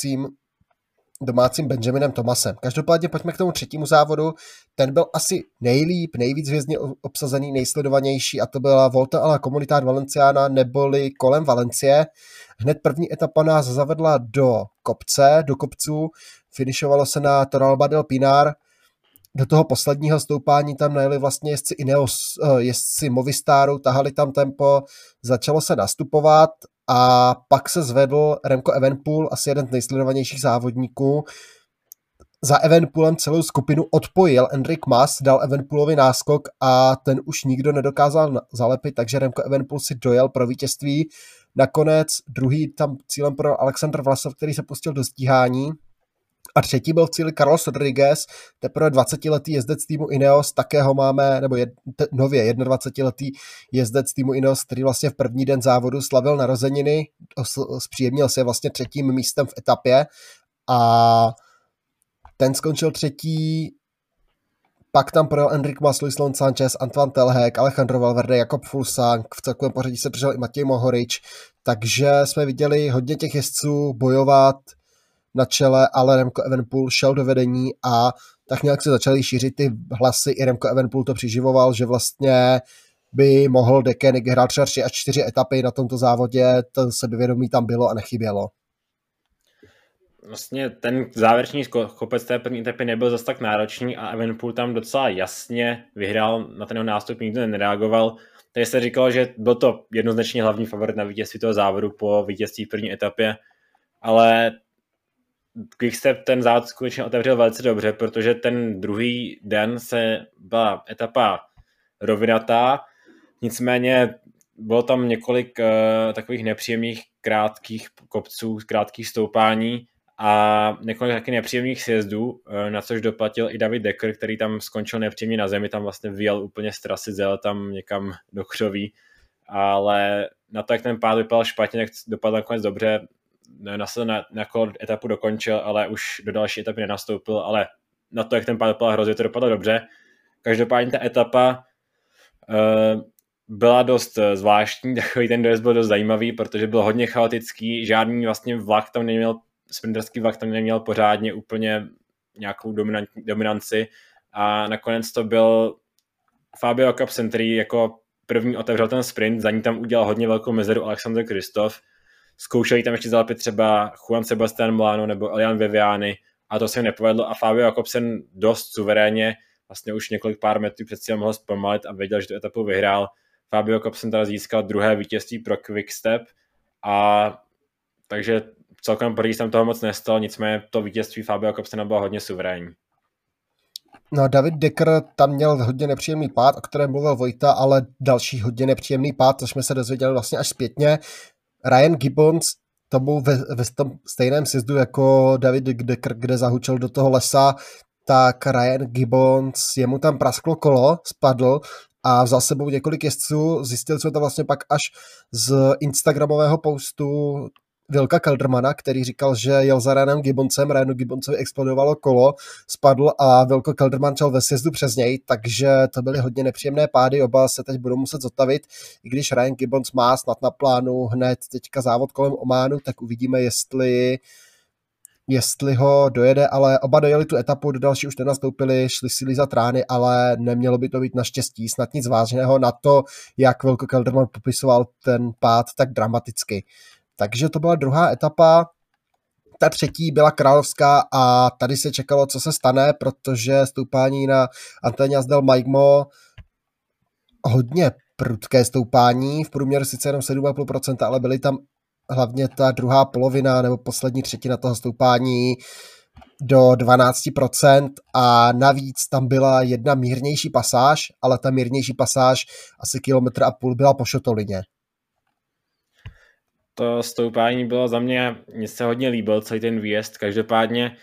domácím Benjaminem Thomasem. Každopádně pojďme k tomu 3. závodu. Ten byl asi nejvíc hvězdně obsazený, nejsledovanější a to byla Volta a la Comunidad Valenciana neboli kolem Valencie. Hned první etapa nás zavedla do kopců. Finišovalo se na Torralba del Pinar. Do toho posledního stoupání tam najeli vlastně jezdci Ineos, jezdci Movistaru, tahali tam tempo, začalo se nastupovat a pak se zvedl Remco Evenepoel, asi jeden z nejsledovanějších závodníků. Za Evenepoelem celou skupinu odpojil Enric Mas, dal Evenepoelovi náskok a ten už nikdo nedokázal zalepit, takže Remco Evenepoel si dojel pro vítězství. Nakonec druhý tam cílem pro Alexander Vlasov, který se pustil do stíhání. A 3. byl v cíli Carlos Rodriguez, teprve 20letý jezdec týmu Ineos, také ho máme, nebo nově 21letý jezdec týmu Ineos, který vlastně v první den závodu slavil narozeniny, zpříjemnil se vlastně 3. místem v etapě a ten skončil 3. Pak tam projel Enric Mas, Luis Leon Sanchez, Antoine Telhek, Alejandro Valverde, Jakob Fuglsang, v celkovém pořadí se držel i Matěj Mohorič, takže jsme viděli hodně těch jezdců bojovat na čele, ale Remco Evenepoel šel do vedení a tak nějak se začaly šířit ty hlasy, i Remco Evenepoel to přiživoval, že vlastně by mohl Deceuninck vyhrát třeba 3 až 4 etapy na tomto závodě, to sebevědomí tam bylo a nechybělo. Vlastně ten závěrečný kopec té první etapy nebyl zase tak náročný a Evenepoel tam docela jasně vyhrál, na ten jeho nástup nikdo nereagoval. Tady se říkalo, že byl to jednoznačně hlavní favorit na vítězství toho závodu po vítězství v první etapě, ale Quickstep ten závod skutečně otevřel velice dobře, protože ten druhý den byla etapa rovinatá, nicméně bylo tam několik takových nepříjemných krátkých kopců, krátkých stoupání a několik taky nepříjemných sjezdů, na což doplatil i David Decker, který tam skončil nepříjemně na zemi, tam vlastně vyjel úplně z trasy, zjel tam někam do křoví, ale na to, jak ten pád vypadal špatně, tak dopadl nakonec dobře, na kolo etapu dokončil, ale už do další etapy nenastoupil, ale na to, jak ten pád dopadl hrozně, to dopadlo dobře. Každopádně ta etapa byla dost zvláštní, takový ten dojezd byl dost zajímavý, protože byl hodně chaotický, žádný vlastně vlak tam neměl, sprinterský vlak tam neměl pořádně úplně nějakou dominanci a nakonec to byl Fabio Jakobsen, který jako první otevřel ten sprint, za ní tam udělal hodně velkou mezeru Alexander Kristoff. Zkoušeli tam ještě zalepit třeba Juan Sebastian Molano nebo Elian Viviani a to se jim nepovedlo a Fabio Jakobsen dost suverénně, vlastně už několik pár metrů před cílem mohl zpomalit a věděl, že tu etapu vyhrál. Fabio Jakobsen teda získal druhé vítězství pro Quickstep a takže celkem pořadí jsem toho moc nestal, nicméně to vítězství Fabio Jakobsena bylo hodně suverénní. No, David Decker tam měl hodně nepříjemný pád, o kterém mluvil Vojta, ale další hodně nepříjemný pád, což jsme se dozvěděli vlastně až zpětně. Ryan Gibbons, to byl ve tom stejném sjezdu jako David Decker, kde zahučel do toho lesa, tak Ryan Gibbons, jemu tam prasklo kolo, spadl a vzal s sebou několik jezdců, zjistil jsme to vlastně pak až z instagramového postu Vilka Keldermana, který říkal, že jel za Ryanem Gibbonsem, Ryanu Gibbonsovi explodovalo kolo, spadl a Vilko Kelderman šel ve sjezdu přes něj, takže to byly hodně nepříjemné pády, oba se teď budou muset zotavit, i když Ryan Gibbons má snad na plánu hned teďka závod kolem Ománu, tak uvidíme, jestli ho dojede, ale oba dojeli tu etapu, do další už nenastoupili, šli si lízat rány, ale nemělo by to být naštěstí snad nic vážného na to, jak Vilko Kelderman popisoval ten pád tak dramaticky. Takže to byla druhá etapa, ta třetí byla královská a tady se čekalo, co se stane, protože stoupání na Antañas del Maigmo hodně prudké stoupání, v průměru sice jenom 7,5%, ale byly tam hlavně ta druhá polovina nebo poslední třetina toho stoupání do 12% a navíc tam byla jedna mírnější pasáž, ale ta mírnější pasáž asi 1,5 km byla po šotolině. To stoupání bylo za mně se hodně líbil, celý ten výjezd, každopádně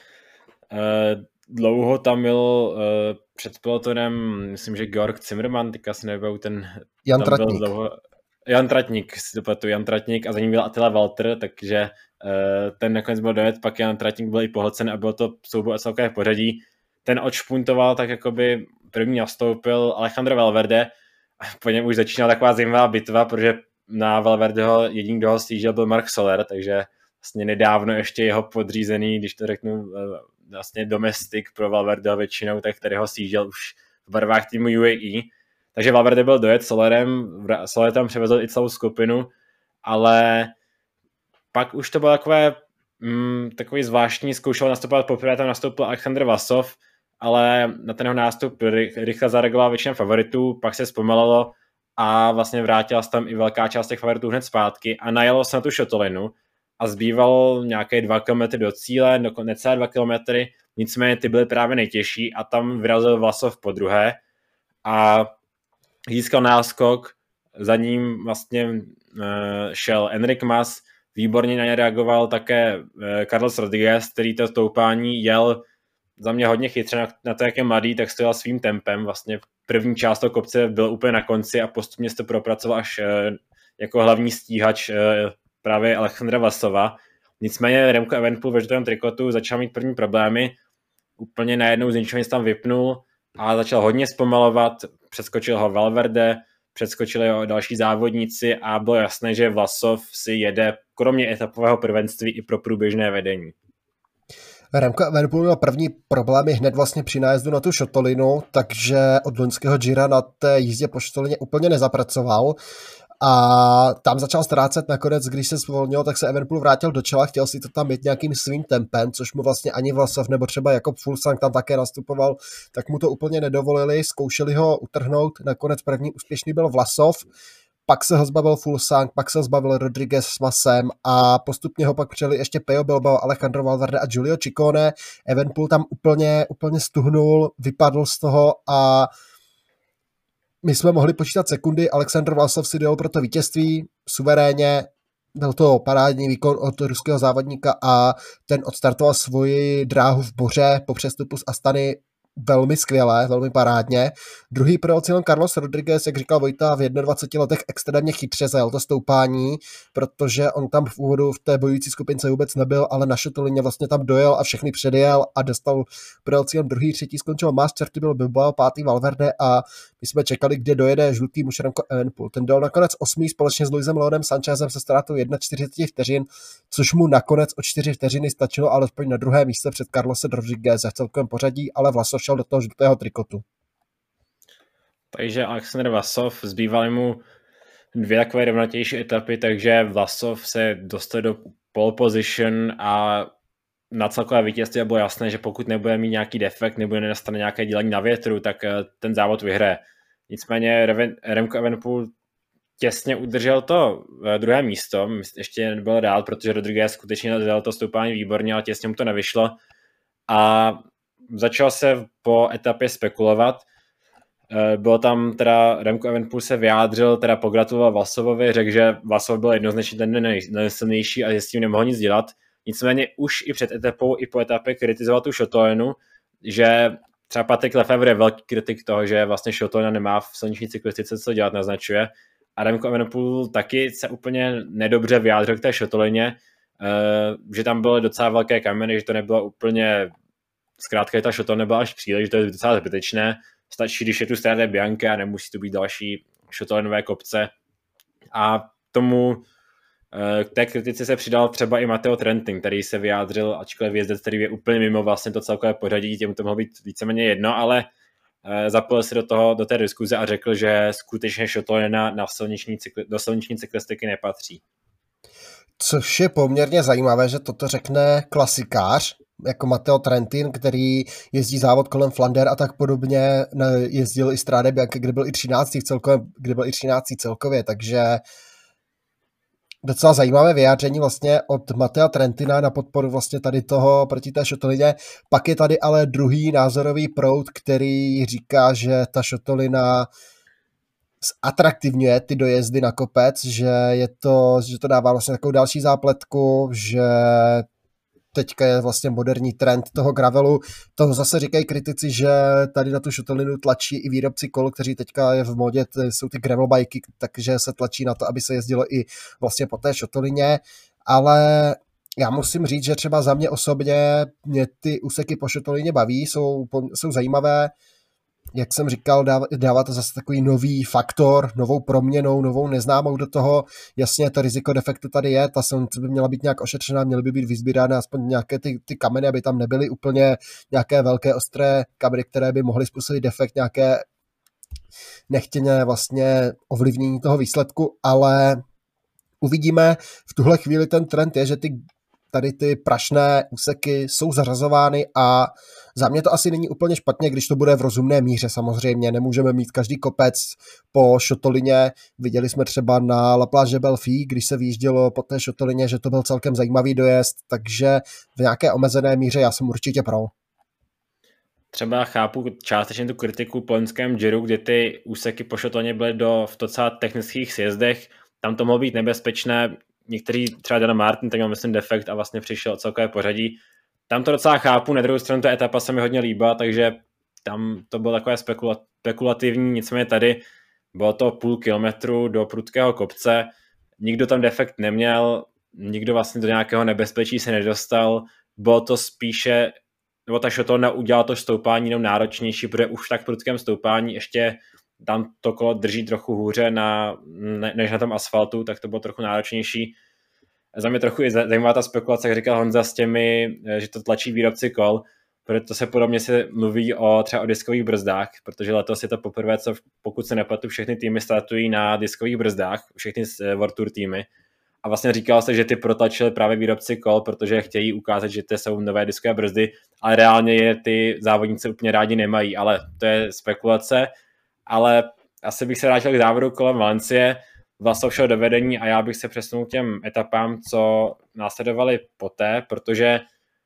dlouho tam byl před pelotonem, myslím, že Georg Zimmermann, teďka si nevybavu ten... Jan Tratník. Jan Tratník, si dopletu, Jan Tratník a za ním byl Attila Walter, takže ten nakonec byl dojet, pak Jan Tratník byl i pohlcen a bylo to souboj celkové pořadí. Ten odšpuntoval, tak jakoby první nastoupil Alejandro Valverde a po něm už začínala taková zajímavá bitva, protože na Valverdeho jediný, kdo ho stížil, byl Marc Soler, takže vlastně nedávno ještě jeho podřízený, když to řeknu, vlastně domestik pro Valverdeho většinou, tak který ho stížil už v barvách týmu UAE. Takže Valverde byl dojet Solerem, Soler tam převezl i celou skupinu, ale pak už to bylo takový zvláštní, zkoušel nastupovat poprvé, tam nastoupil Alexander Vlasov, ale na ten jeho nástup rychle zareagovala většina favoritů, pak se zpomalilo a vlastně vrátila se tam i velká část těch favoritů hned zpátky a najelo se na tu šotolinu a zbývalo nějaké 2 km do cíle, necelé 2 km, nicméně ty byly právě nejtěžší a tam vyrazil Vlasov po druhé a získal náskok, za ním vlastně šel Enric Mas, výborně na ně reagoval také Carlos Rodriguez, který to stoupání jel za mě hodně chytře na to, jak je mladý, tak stojil svým tempem. Vlastně první část toho kopce byl úplně na konci a postupně se to propracoval až jako hlavní stíhač právě Alejandra Vlasova. Nicméně Remco Evenepoel ve žlutém trikotu začal mít první problémy. Úplně najednou z ničeho nic tam vypnul a začal hodně zpomalovat. Přeskočil ho Valverde, přeskočili ho další závodníci a bylo jasné, že Vlasov si jede kromě etapového prvenství i pro průběžné vedení. Remco Evenepoel měl první problémy hned vlastně při nájezdu na tu šotolinu, takže od loňského Gira na té jízdě po šotolině úplně nezapracoval a tam začal ztrácet nakonec, když se zvolnil, tak se Evenepoel vrátil do čela, chtěl si to tam mít nějakým svým tempem, což mu vlastně ani Vlasov nebo třeba Jakob Fuglsang tam také nastupoval, tak mu to úplně nedovolili, zkoušeli ho utrhnout, nakonec první úspěšný byl Vlasov, pak se ho zbavil Fuglsang, pak se ho zbavil Rodriguez s Masem a postupně ho pak přijeli ještě Peyo Bilbao, Alejandro Valverde a Giulio Ciccone. Evenepoel tam úplně stuhnul, vypadl z toho a my jsme mohli počítat sekundy. Alexander Vlasov si dojel pro to vítězství suverénně, byl to parádní výkon od ruského závodníka a ten odstartoval svoji dráhu v Boře po přestupu z Astany velmi skvěle, velmi parádně. Druhý projel cílem Carlos Rodriguez, jak říkal Vojta, v 21 letech extrémně chytře zajel to stoupání, protože on tam v úvodu v té bojující skupince vůbec nebyl, ale na šotolině vlastně tam dojel a všechny předjel a dostal projel cílem druhý, třetí skončil Mas, čtvrtý byl Bilbao, pátý Valverde a my jsme čekali, kde dojede žlutý muž Remco Evenepoel. Ten dojel nakonec 8. společně s Luisem Leonem Sanchezem se ztrátou 41 vteřin, což mu nakonec o 4 vteřiny stačilo alespoň na druhé místo před Carlosem Rodriguezem v celkovém pořadí, ale Vlasov šel do toho žlutého trikotu. Takže Alexander Vlasov, zbývaly mu 2 takové rovnatější etapy, takže Vlasov se dostal do pole position a na celkové vítězství bylo jasné, že pokud nebude mít nějaký defekt, nebo nenastane nějaké dělení na větru, tak ten závod vyhraje. Nicméně Remco Evenepoel těsně udržel to druhé místo, ještě nebyl dál, protože Rodriguez skutečně dal to stoupání výborně, ale těsně mu to nevyšlo a začal se po etapě spekulovat. Bylo tam teda, Remco Evenepoel se vyjádřil, teda pogratuloval Vlasovovi, řekl, že Vlasov byl jednoznačně ten nejsilnější a že s tím nemohl nic dělat. Nicméně už i před etapou, i po etapě kritizoval tu šotolinu, že třeba Patrick Lefevre je velký kritik toho, že vlastně šotolina nemá v silniční cyklistice co dělat, naznačuje. A Remco Evenepoel taky se úplně nedobře vyjádřil k té šotolině, že tam byly docela velké kameny, že to nebylo úplně, zkrátka ta šotolina nebyla až příliš, že to je docela zbytečné. Stačí, když je tu Strade Bianche a nemusí tu být další šotolinové kopce. A k té kritice se přidal třeba i Matteo Trentin, který se vyjádřil, ačkoliv jezdec, který je úplně mimo vlastně to celkové pořadí, těm to mohlo být víceméně jedno, ale zapojil se do té diskuze a řekl, že skutečně šotolina do silniční cyklistiky nepatří. Což je poměrně zajímavé, že toto řekne klasikář, jako Matteo Trentin, který jezdí závod kolem Flander a tak podobně, jezdil i Strade Bianche, kde byl i 13. celkově, takže docela zajímavé vyjádření vlastně od Mattea Trentina na podporu vlastně tady toho proti té šotolině. Pak je tady ale druhý názorový proud, který říká, že ta šotolina zatraktivňuje ty dojezdy na kopec, že to dává vlastně takovou další zápletku, že teďka je vlastně moderní trend toho gravelu. To zase říkají kritici, že tady na tu šotolinu tlačí i výrobci kol, kteří teďka je v modě, jsou ty gravel bajky, takže se tlačí na to, aby se jezdilo i vlastně po té šotolině, ale já musím říct, že třeba za mě osobně mě ty úseky po šotolině baví, jsou zajímavé. Jak jsem říkal, dává to zase takový nový faktor, novou proměnou, novou neznámou do toho. Jasně, to riziko defektu tady je, ta silnice by měla být nějak ošetřená, měly by být vyzbírány aspoň nějaké ty kameny, aby tam nebyly úplně nějaké velké ostré kameny, které by mohly způsobit defekt, nějaké nechtěně vlastně ovlivnění toho výsledku, ale uvidíme. V tuhle chvíli ten trend je, že tady ty prašné úseky jsou zařazovány a za mě to asi není úplně špatně, když to bude v rozumné míře samozřejmě. Nemůžeme mít každý kopec po šotolině. Viděli jsme třeba na La Plage Belfi, když se vyjíždělo po té šotolině, že to byl celkem zajímavý dojezd, takže v nějaké omezené míře já jsem určitě pro. Třeba chápu částečně tu kritiku po loňském Giro, kdy ty úseky po šotolině byly v docela technických sjezdech. Tam to mohlo být nebezpečné. Některý, třeba Dana Martin, tak měl myslím defekt a vlastně přišel celkové pořadí. Tam to docela chápu, na druhou stranu ta etapa se mi hodně líbila, takže tam to bylo takové spekulativní, nicméně tady bylo to půl kilometru do prudkého kopce, nikdo tam defekt neměl, nikdo vlastně do nějakého nebezpečí se nedostal, bylo to spíše, nebo ta šotolna udělala to stoupání jenom náročnější, protože už v tak prudkém stoupání ještě tam to kolo drží trochu hůře než na tom asfaltu, tak to bylo trochu náročnější. Za mě trochu je zajímavá ta spekulace, jak říkal Honza s těmi, že to tlačí výrobci kol, protože se podobně se mluví třeba o diskových brzdách, protože letos je to poprvé, co pokud se nepletu, všechny týmy startují na diskových brzdách, všechny World Tour týmy. A vlastně říkalo se, že ty protlačili právě výrobci kol, protože chtějí ukázat, že to jsou nové diskové brzdy, ale reálně je ty závodníci úplně rádi nemají, ale to je spekulace. Ale asi bych se vrátil k závodu kolem Valencie. Vlasov šel do vedení a já bych se přesunul k těm etapám, co následovaly poté, protože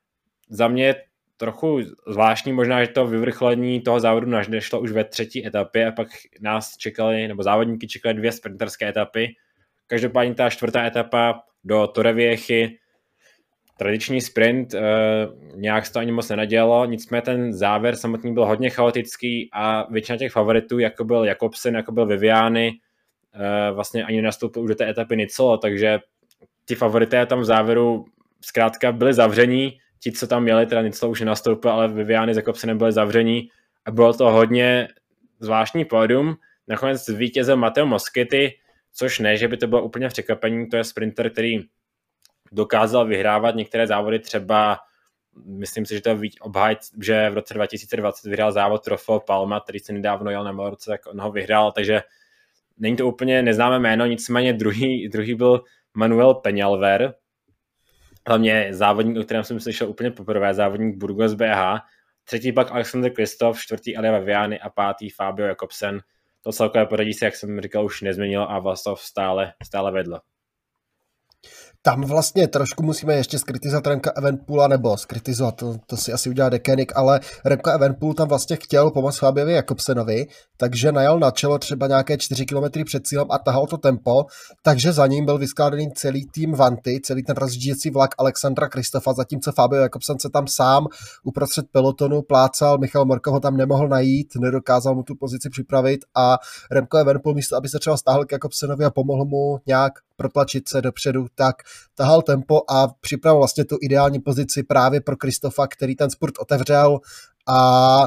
za mě je trochu zvláštní možná, že to vyvrcholení toho závodu našlo už ve třetí etapě a pak nás čekali, nebo závodníky čekali 2 sprinterské etapy. Každopádně ta 4. etapa do Torreviechy, tradiční sprint, nějak se to ani moc nenadělalo, nicméně ten závěr samotný byl hodně chaotický a většina těch favoritů, jako byl Jakobsen, jako byl Viviani, vlastně ani nenastoupil už do té etapy Nicolo, takže ti favorité tam v závěru zkrátka byli zavření, ti, co tam měli, teda Nicolo už nenastoupil, ale Viviani s Jakobsenem byli zavření a bylo to hodně zvláštní pódium. Nakonec zvítězil Matteo Moschetti, což ne, že by to bylo úplně překvapení, to je sprinter, který dokázal vyhrávat některé závody, třeba myslím si, že to obhájit, že v roce 2020 vyhrál závod Trofeo Palma, který se nedávno jel na Malorce, tak on ho vyhrál, takže není to úplně neznámé jméno, nicméně druhý byl Manuel Peñalver, hlavně závodník, o kterém jsem slyšel úplně poprvé, závodník Burgos BH, třetí pak Alexander Kristoff, čtvrtý Elia Viviani a pátý Fabio Jakobsen. To celkové pořadí se, jak jsem říkal, už nezměnilo a Vlasov stále vedl. Tam vlastně trošku musíme ještě skritizovat Remka Evenepoela, nebo skritizovat, to si asi udělá Deceuninck, ale Remco Evenepoel tam vlastně chtěl pomoct Fabiovi Jakobsenovi, takže najel na čelo třeba nějaké 4 km před cílem a tahal to tempo, takže za ním byl vyskládaný celý tým Vanty, celý ten rozjížděcí vlak Alexandra Kristoffa, zatímco Fabio Jakobsen se tam sám uprostřed pelotonu plácal, Michal Morkov ho tam nemohl najít, nedokázal mu tu pozici připravit a Remco Evenepoel místo, aby se třeba stáhl k Jakobsenovi a pomohl mu nějak protlačit se dopředu, tak tahal tempo a připravil vlastně tu ideální pozici právě pro Kristoffa, který ten spurt otevřel a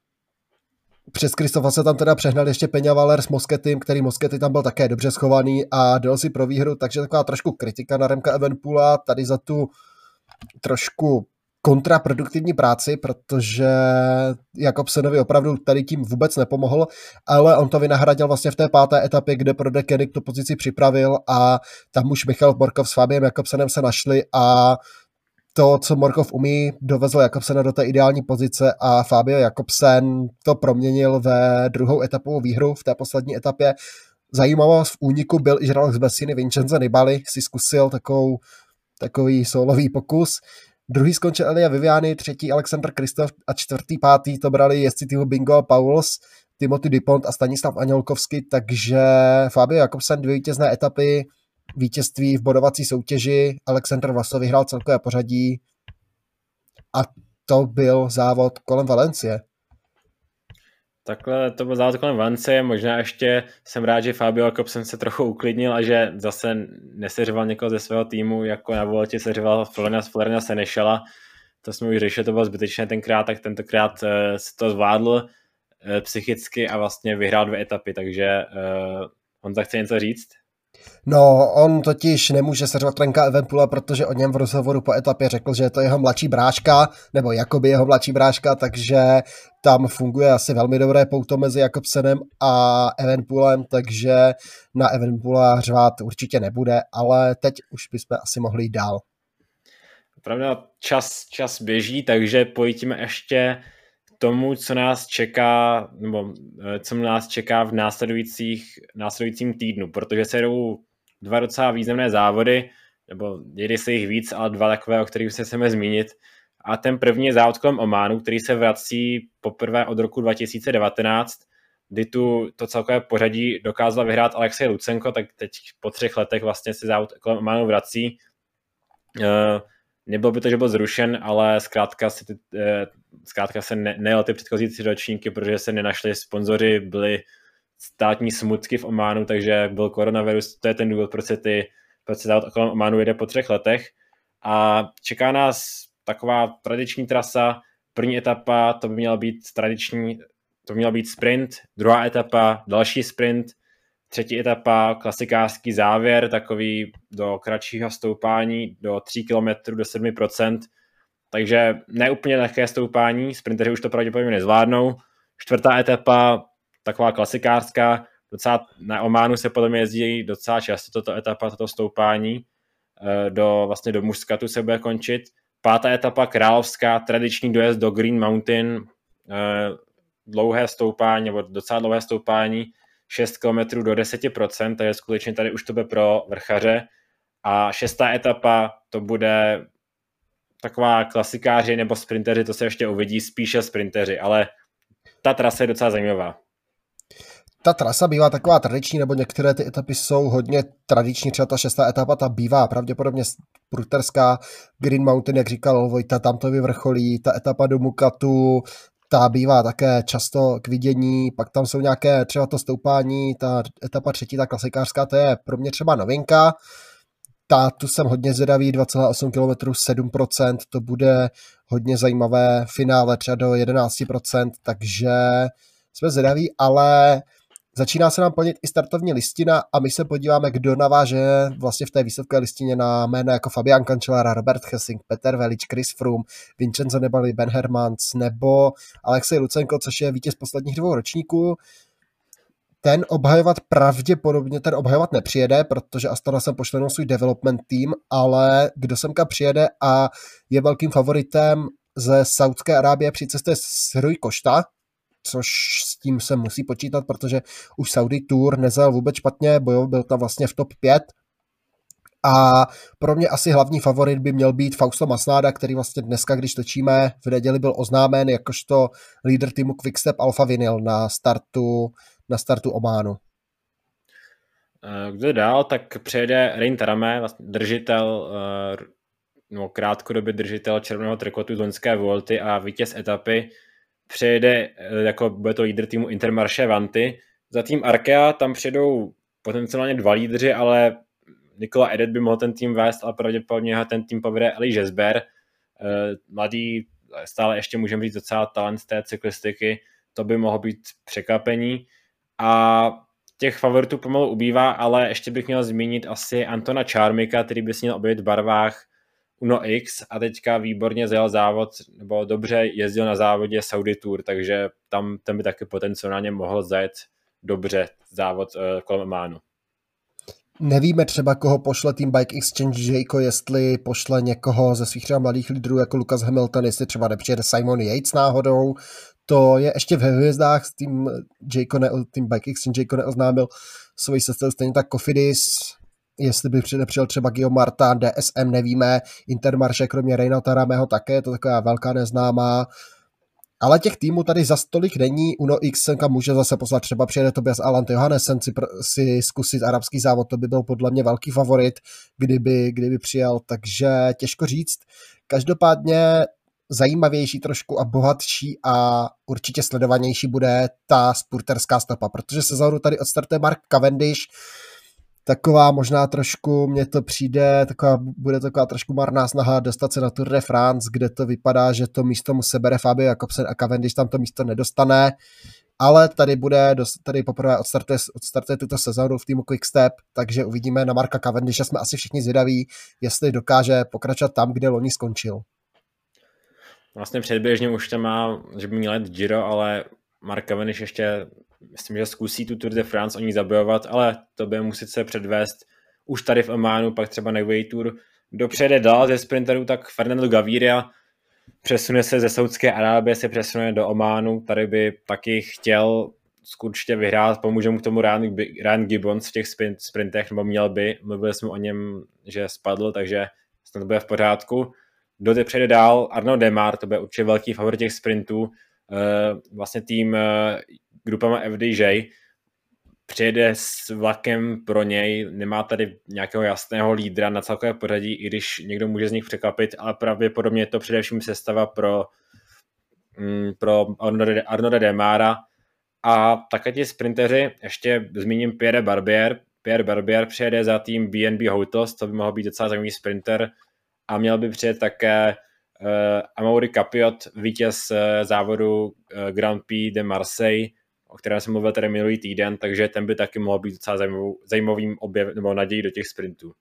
přes Kristoffa se tam teda přehnal ještě Peña s Moschettim, který Moschetti tam byl také dobře schovaný a dal si pro výhru, takže taková trošku kritika na Remka Evenepoela tady za tu trošku kontraproduktivní práci, protože Jakobsenovi opravdu tady tím vůbec nepomohl, ale on to vynahradil vlastně v té 5. etapě, kde pro Deceuninck tu pozici připravil a tam už Michal Morkov s Fabiem Jakobsenem se našli a to, co Morkov umí, dovezl Jakobsena do té ideální pozice a Fabio Jakobsen to proměnil ve 2. etapovou výhru v té poslední etapě. Zajímavost v úniku byl i žralok z Bessiny Vincenzo Nibali, si zkusil takový solový pokus. Druhý skončil Elia Viviani, třetí Alexander Kristoff a čtvrtý, pátý to brali jezdci týmu Bingo a Pauls. Timothy Dupont a Stanislav Anělkovský, takže Fabio Jakobsen 2 vítězné etapy, vítězství v bodovací soutěži, Alexander Vlasov vyhrál celkové pořadí a to byl závod kolem Valencie. Takhle to byl závod kolem Valencie, možná ještě jsem rád, že Fabio Jakobsen se trochu uklidnil a že zase neseřval někoho ze svého týmu, jako na Vueltě seřval Floriana Senešela. To jsme už řešili, to bylo zbytečné tenkrát, tak tentokrát se to zvládl psychicky a vlastně vyhrál 2 etapy, takže on tak chce něco říct? No, on totiž nemůže seřvat Renka Evenepoela, protože o něm v rozhovoru po etapě řekl, že je to jeho mladší bráška, nebo jakoby jeho mladší bráška, takže tam funguje asi velmi dobré pouto mezi Jakobsenem a Evenepoelem, takže na Evenepoela řvát určitě nebude, ale teď už bychom asi mohli jít dál. Pravda, čas běží, takže pojďme ještě tomu, co nás čeká, nebo co nás čeká v následujícím týdnu, protože se jdou 2 docela významné závody, nebo jde se jich víc, ale 2 takové, o kterých se chceme zmínit. A ten první je závod kolem Ománu, který se vrací poprvé od roku 2019, kdy to celkové pořadí dokázal vyhrát Alexej Lucenko, tak teď po 3 letech vlastně se závod kolem Ománu vrací. Nebylo by to, že byl zrušen, ale zkrátka se nejel ty předchozí 3 ročníky, protože se nenašli sponzoři, byly státní smutky v Ománu, takže byl koronavirus, to je ten důvod, proč se závod kolem Ománu jede po 3 letech. A čeká nás taková tradiční trasa, první etapa, to by měl být sprint, druhá etapa, další sprint, třetí etapa, klasikářský závěr, takový do kratšího stoupání, do 3 km, do 7%, takže ne úplně lehké stoupání, sprinteři už to pravděpodobně nezvládnou. Čtvrtá etapa, taková klasikářská, docela na Ománu se podle mě jezdí docela často toto stoupání, do Muscatu se bude končit. 5. etapa královská, tradiční dojezd do Green Mountain, dlouhé stoupání, nebo docela dlouhé stoupání, 6 km do 10%, takže skutečně tady už to bude pro vrchaře. A 6. etapa, to bude taková klasikáři nebo sprinteři, to se ještě uvidí, spíše sprinteři, ale ta trasa je docela zajímavá. Ta trasa bývá taková tradiční, nebo některé ty etapy jsou hodně tradiční, třeba ta 6. etapa, ta bývá pravděpodobně sprinterská, Green Mountain, jak říkal Vojta, tam to vyvrcholí, ta etapa do Mukatu, ta bývá také často k vidění, pak tam jsou nějaké třeba to stoupání, ta etapa 3, ta klasikářská, to je pro mě třeba novinka, tu jsem hodně zvědavý, 2,8 km, 7%, to bude hodně zajímavé finále, třeba do 11%, takže jsme zvědaví, ale začíná se nám plnit i startovní listina a my se podíváme, kdo naváže vlastně v té výsledkové listině na jména jako Fabian Cancellara, Robert Hessing, Peter Velič, Chris Froome, Vincenzo Nibali, Ben Hermans nebo Alexej Lucenko, což je vítěz posledních 2 ročníků. Ten obhajovat nepřijede, protože Astana sem pošle svůj development tým, ale kdo semka přijede a je velkým favoritem ze Saudské Arábie při cestě s Rui Costa, což s tím se musí počítat, protože už Saudi Tour nezajel vůbec špatně, byl tam vlastně v top 5 a pro mě asi hlavní favorit by měl být Fausto Masnada, který vlastně dneska, když točíme, v neděli byl oznámen jakožto lídr týmu Quickstep Alpha Vinyl na startu Ománu. Kdo dál, tak přejede Rein Taramé, vlastně krátkodobě držitel červeného trikotu z loňské Vuelty a vítěz etapy. Přejede, jako bude to lídr týmu Intermarché Vanty. Za tým Arkea tam přijedou potenciálně 2 lídři, ale Nikola Edet by mohl ten tým vést, ale pravděpodobně ten tým povede Eli Žesber. Mladý, stále ještě můžeme říct docela talent z té cyklistiky, to by mohlo být překvapení. A těch favoritů pomalu ubývá, ale ještě bych měl zmínit asi Antona Čármika, který by si měl objevit v barvách Uno X a teďka výborně zajel závod, nebo dobře jezdil na závodě Saudi Tour, takže ten by taky potenciálně mohl zajet dobře závod kolem Ománu. Nevíme třeba, koho pošle tým Bike Exchange Jayco, jestli pošle někoho ze svých třeba mladých lídrů jako Lucas Hamilton, jestli třeba nepřijede Simon Yates náhodou. To je ještě ve hvězdách, tým Bike Exchange Jayco neoznámil svoji sestavu, stejně tak Cofidis, jestli by přijel třeba Guillaume Martin, DSM, nevíme, Intermarché kromě Reina Taramého také, je to taková velká neznámá. Ale těch týmů tady za stolik není. Uno X může zase poslat, třeba přijede Tobias Alant Johannessen si zkusit arabský závod, to by byl podle mě velký favorit, kdyby přijel, takže těžko říct. Každopádně zajímavější trošku a bohatší a určitě sledovanější bude ta spurterská stopa, protože sezónu tady odstartuje Mark Cavendish, taková možná trošku, mně to přijde, bude taková trošku marná snaha dostat se na Tour de France, kde to vypadá, že to místo mu sebere Fabio Jakobsen a Cavendish tam to místo nedostane, ale tady poprvé odstartuje tuto sezónu v týmu Quickstep, takže uvidíme na Marka Cavendishe, jsme asi všichni zvědaví, jestli dokáže pokračovat tam, kde loni skončil. Vlastně předběžně už tam má, že by měl jet Giro, ale Mark Cavendish ještě, myslím, že zkusí tu Tour de France o ní zabojovat, ale to bude muset se předvést už tady v Ománu, pak třeba na Way Tour. Kdo přijede dál ze sprinterů, tak Fernando Gaviria přesune se ze Saudské Arábie, se přesune do Ománu, tady by taky chtěl určitě vyhrát, pomůže mu k tomu Ryan Gibbons v těch sprintech, nebo mluvili jsme o něm, že spadl, takže snad bude v pořádku. Kdo přejde dál, Arnaud Démare, to bude určitě velký favorit těch sprintů, vlastně tým grupama FDJ, přijede s vlakem pro něj, nemá tady nějakého jasného lídra na celkové pořadí, i když někdo může z nich překvapit, ale pravděpodobně je to především sestava pro Arnauda Démara. A také ti sprinteři, ještě zmíním Pierre Barbier přijede za tým BNB Houtos, to by mohl být docela zajímavý sprinter, a měl by přijet také Amaury Capiot, vítěz závodu Grand Prix de Marseille, o kterém jsem mluvil tady minulý týden, takže ten by taky mohl být docela zajímavým nebo nadějí do těch sprintů.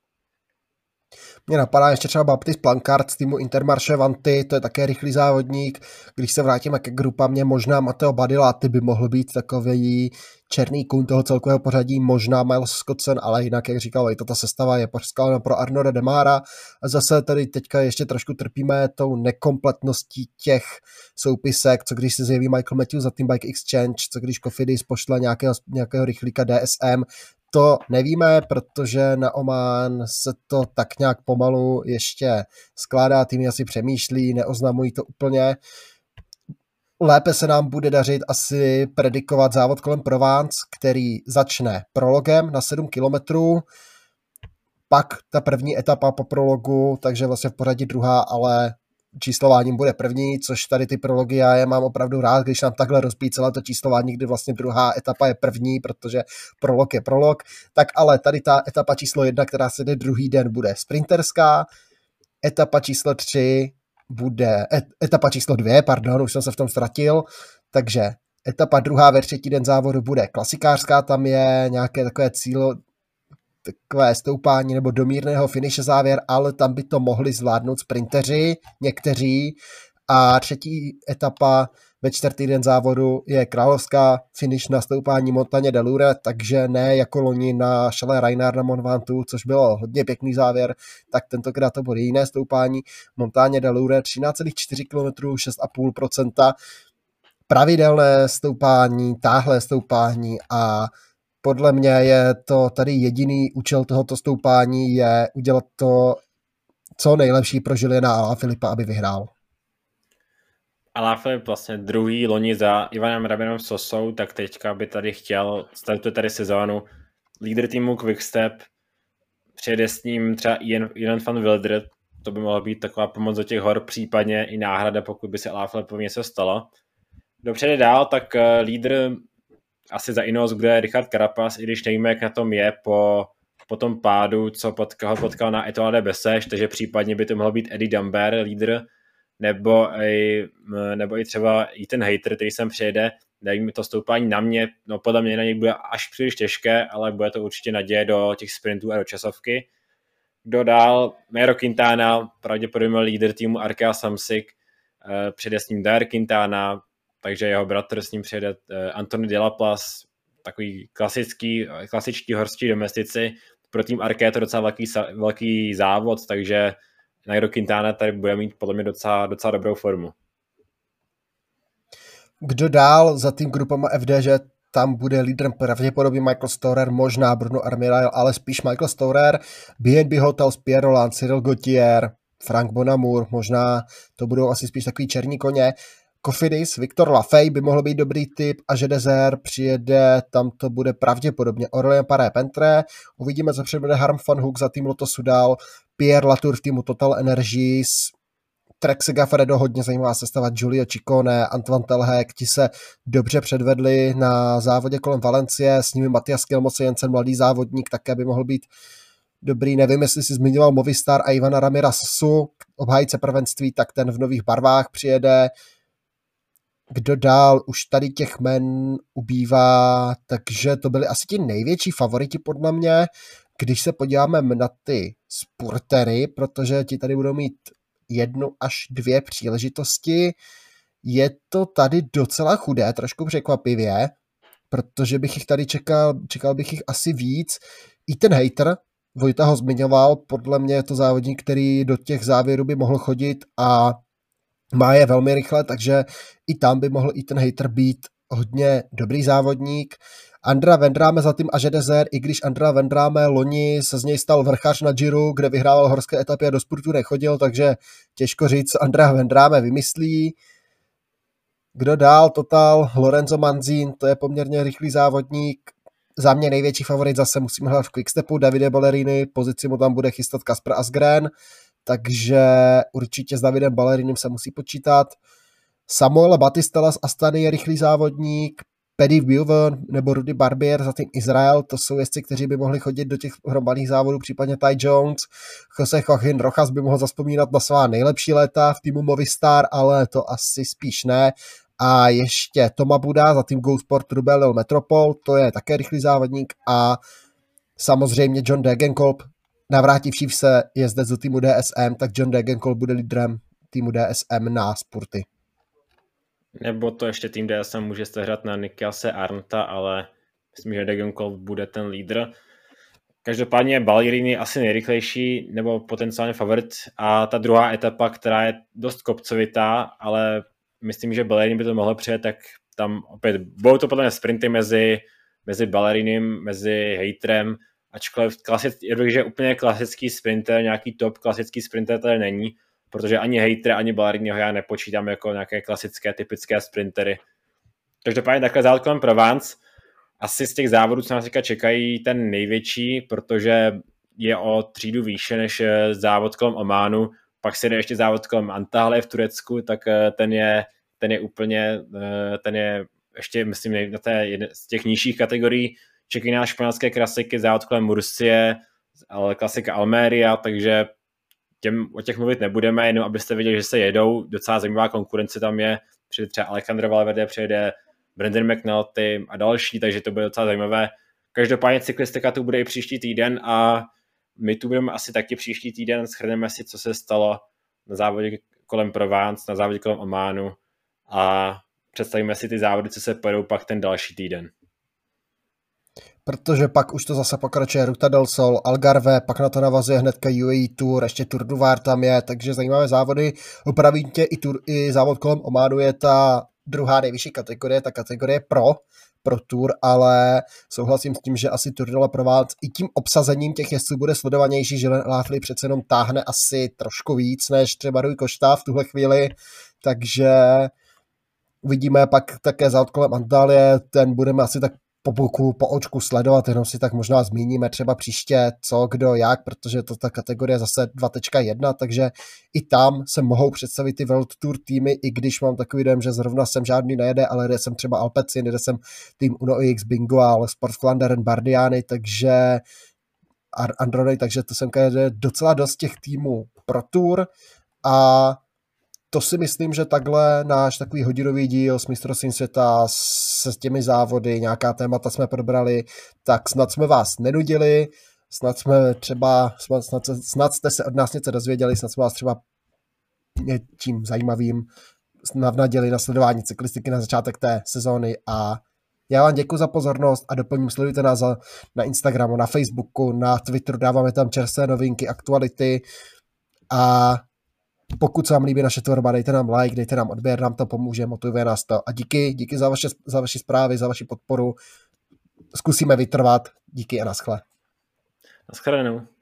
Mně napadá ještě třeba Baptiste Plancard z týmu Intermarché Vanty, to je také rychlý závodník. Když se vrátíme ke grupamě, možná Matteo Badilati by mohl být takový černý kůň toho celkového pořadí, možná Miles Scottson, ale jinak, jak říkal, i tato sestava je poskládána pro Arnauda Démara. A zase tady teďka ještě trošku trpíme tou nekompletností těch soupisek, co když se zjeví Michael Matthews za Team Bike Exchange, co když Cofidis pošle nějakého rychlíka DSM, to nevíme, protože na Oman se to tak nějak pomalu ještě skládá, týmy asi přemýšlí, neoznamují to úplně. Lépe se nám bude dařit asi predikovat závod kolem Provence, který začne prologem na 7 kilometrů, pak ta první etapa po prologu, takže vlastně v pořadí druhá, ale číslováním bude první, což tady ty prology já je mám opravdu rád, když nám takhle rozbíjí celé to číslování, kdy vlastně druhá etapa je první, protože prolog je prolog, tak ale tady ta etapa číslo 1, která se jde druhý den, bude sprinterská, etapa číslo 3 bude, etapa číslo 2, pardon, už jsem se v tom ztratil, takže etapa druhá ve třetí den závodu bude klasikářská, tam je nějaké takové stoupání nebo do mírného finiše závěr, ale tam by to mohli zvládnout sprinteři, někteří. A třetí etapa ve čtvrtý den závodu je královská, finish na stoupání Montagne de Loure, takže ne jako loni na Chalet Reynard na Mont Ventoux, což bylo hodně pěkný závěr, tak tentokrát to bude jiné stoupání. Montagne de Loure 13,4 km, 6,5%. Pravidelné stoupání, táhlé stoupání a podle mě je to tady jediný účel tohoto stoupání je udělat to co nejlepší pro Juliana Alaphilippa, aby vyhrál. Alaphilipp vlastně druhý loni za Ivanem Rabinem Sosou, tak teďka by tady chtěl, startuje tady sezónu, lídr týmu Quickstep, přijede s ním třeba Ian van Wilder, to by mohla být taková pomoc do těch hor, případně i náhrada, pokud by se Alaphilippovi něco stalo. Kdo přijede dál, tak lídr asi za Ineos bude Richard Carapaz, i když nevíme, jak na tom je po tom pádu, co potkal na Etoile de Bessèges, takže případně by to mohlo být Eddie Dunbar, lídr, nebo i třeba Ethan Hayter, který sem přijede. Nevím, to stoupání na mě, no podle mě na něj bude až příliš těžké, ale bude to určitě naděje do těch sprintů a do časovky. Kdo dál? Nairo Quintana, pravděpodobně lídr týmu Arkea Samsic, přijede s ním Dair Quintana, takže jeho bratr s ním přijede Anthony Delaplace, takový klasičtí horský domestici. Pro tým Arkea je to docela velký závod, takže Nairo Quintana tady bude mít podle mě docela dobrou formu. Kdo dál za tým grupama FDŽ, tam bude lídrem pravděpodobně Michael Storer, možná Bruno Armirail, ale spíš Michael Storer, BNB Hotels, Pierre Rolland, Cyril Gautier, Frank Bonamour, možná to budou asi spíš takový černí koně. Kofidis, Viktor Lafay by mohl být dobrý typ a že Dezer přijede, tam to bude pravděpodobně Aurélien Paré-Pentré. Uvidíme, co předvede Harm van Hoek za tým Lotto Soudal, Pierre Latour v týmu Total Energies, Trek Segafredo, hodně zajímavá sestava, Giulio Ciccone, Antoine Telhek, ti se dobře předvedli na závodě kolem Valencie, s nimi Matias Kelmose Jensen, mladý závodník, také by mohl být dobrý. Nevím, jestli si zmiňoval Movistar a Ivana Ramirasu, obhájce prvenství, tak ten v nových barvách přijede. Kdo dál? Už tady těch men ubývá, takže to byly asi ti největší favoriti podle mě. Když se podíváme na ty spurtery, protože ti tady budou mít 1 až 2 příležitosti, je to tady docela chudé, trošku překvapivě, protože bych jich tady čekal bych jich asi víc. I ten Hater, Vojta ho zmiňoval, podle mě je to závodník, který do těch závěrů by mohl chodit a má je velmi rychle, takže i tam by mohl i ten Hater být hodně dobrý závodník. Andrea Vendrame za tým Age Dezer, i když Andrea Vendrame loni se z něj stal vrchař na Giro, kde vyhrával horské etapy a do spurtu nechodil, takže těžko říct, co Andrea Vendrame vymyslí. Kdo dál? Total, Lorenzo Manzin, to je poměrně rychlý závodník. Za mě největší favorit zase musíme hledat v Quickstepu, Davide Ballerini, pozici mu tam bude chystat Kasper Asgren, takže určitě s Davidem Ballerinem se musí počítat. Samuel Batistella z Astany je rychlý závodník, Paddy Wilson nebo Rudy Barbier za tým Izrael, to jsou jezdci, kteří by mohli chodit do těch hromadných závodů, případně Ty Jones. Jose Joaquin Rojas by mohl zaspomínat na svá nejlepší léta v týmu Movistar, ale to asi spíš ne. A ještě Toma Buda za tým Go Sport Rubel Metropol, to je také rychlý závodník a samozřejmě John Degenkolb, navrátivší se jezdec do týmu DSM, tak John Degenkolb bude lídrem týmu DSM na spurty. Nebo to ještě tým DSM může sehrát na Nikase Arnta, ale myslím, že Degenkolb bude ten lídr. Každopádně Ballerini je asi nejrychlejší nebo potenciálně favorit a ta druhá etapa, která je dost kopcovitá, ale myslím, že Ballerini by to mohlo přijet, tak tam opět budou to podle mě sprinty mezi Ballerinim, mezi Haterem, ačkoliv že úplně klasický sprinter, nějaký top klasický sprinter tady není, protože ani Hater, ani Balleriniho já nepočítám jako nějaké klasické, typické sprintery. Každopádně takhle závod kolem Provence, asi z těch závodů, co nás čekají, ten největší, protože je o třídu výše než závod kolem Ománu, pak se jde ještě závod kolem Antalya v Turecku, tak ten je ještě, myslím, na té z těch nižších kategorií. Čekají nás španělské klasiky, závod kolem Murcie, ale klasika Almeria, takže o těch mluvit nebudeme, jenom abyste viděli, že se jedou, docela zajímavá konkurence tam je, přijde třeba Alejandro Valverde, přijede Brandon McNulty a další, takže to bude docela zajímavé. Každopádně cyklistika tu bude i příští týden a my tu budeme asi taky příští týden, shrneme si, co se stalo na závodě kolem Provence, na závodě kolem Ománu a představíme si ty závody, co se pojedou pak ten další týden. Protože pak už to zase pokračuje Ruta del Sol, Algarve, pak na to navazuje hnedka UAE Tour, ještě Tour du Var tam je, takže zajímavé závody. Opravíte i závod kolem Ománu je ta druhá nejvyšší kategorie, ta kategorie pro Tour, ale souhlasím s tím, že asi Tour de la Provence i tím obsazením těch jezdců bude sledovanější, že Lafley přece jenom táhne asi trošku víc než třeba Rui Costa v tuhle chvíli, takže uvidíme pak také závod kolem Antalye, ten budeme asi tak po boku, po očku sledovat, jenom si tak možná zmíníme třeba příště co, kdo, jak, protože to ta kategorie zase 2.1, takže i tam se mohou představit ty World Tour týmy, i když mám takový dojem, že zrovna sem žádný nejede, ale jde sem třeba Alpecin, jde sem tým Uno X Bingo, ale Sport Flandern Bardiani, takže Androny, takže to sem jde docela dost těch týmů pro Tour a to si myslím, že takhle náš takový hodinový díl s mistrovstvím světa se těmi závody, nějaká témata jsme probrali, tak snad jsme vás nenudili, snad jste se od nás něco dozvěděli, snad jsme vás třeba něčím zajímavým navnadili na sledování cyklistiky na začátek té sezóny a já vám děkuji za pozornost a doplním, sledujte nás na Instagramu, na Facebooku, na Twitteru, dáváme tam čerstvé novinky, aktuality a pokud se vám líbí naše tvorba, dejte nám like, dejte nám odběr, nám to pomůže, motivuje nás to. A díky za vaše zprávy, za vaši podporu. Zkusíme vytrvat. Díky a naschle. Naschledanou.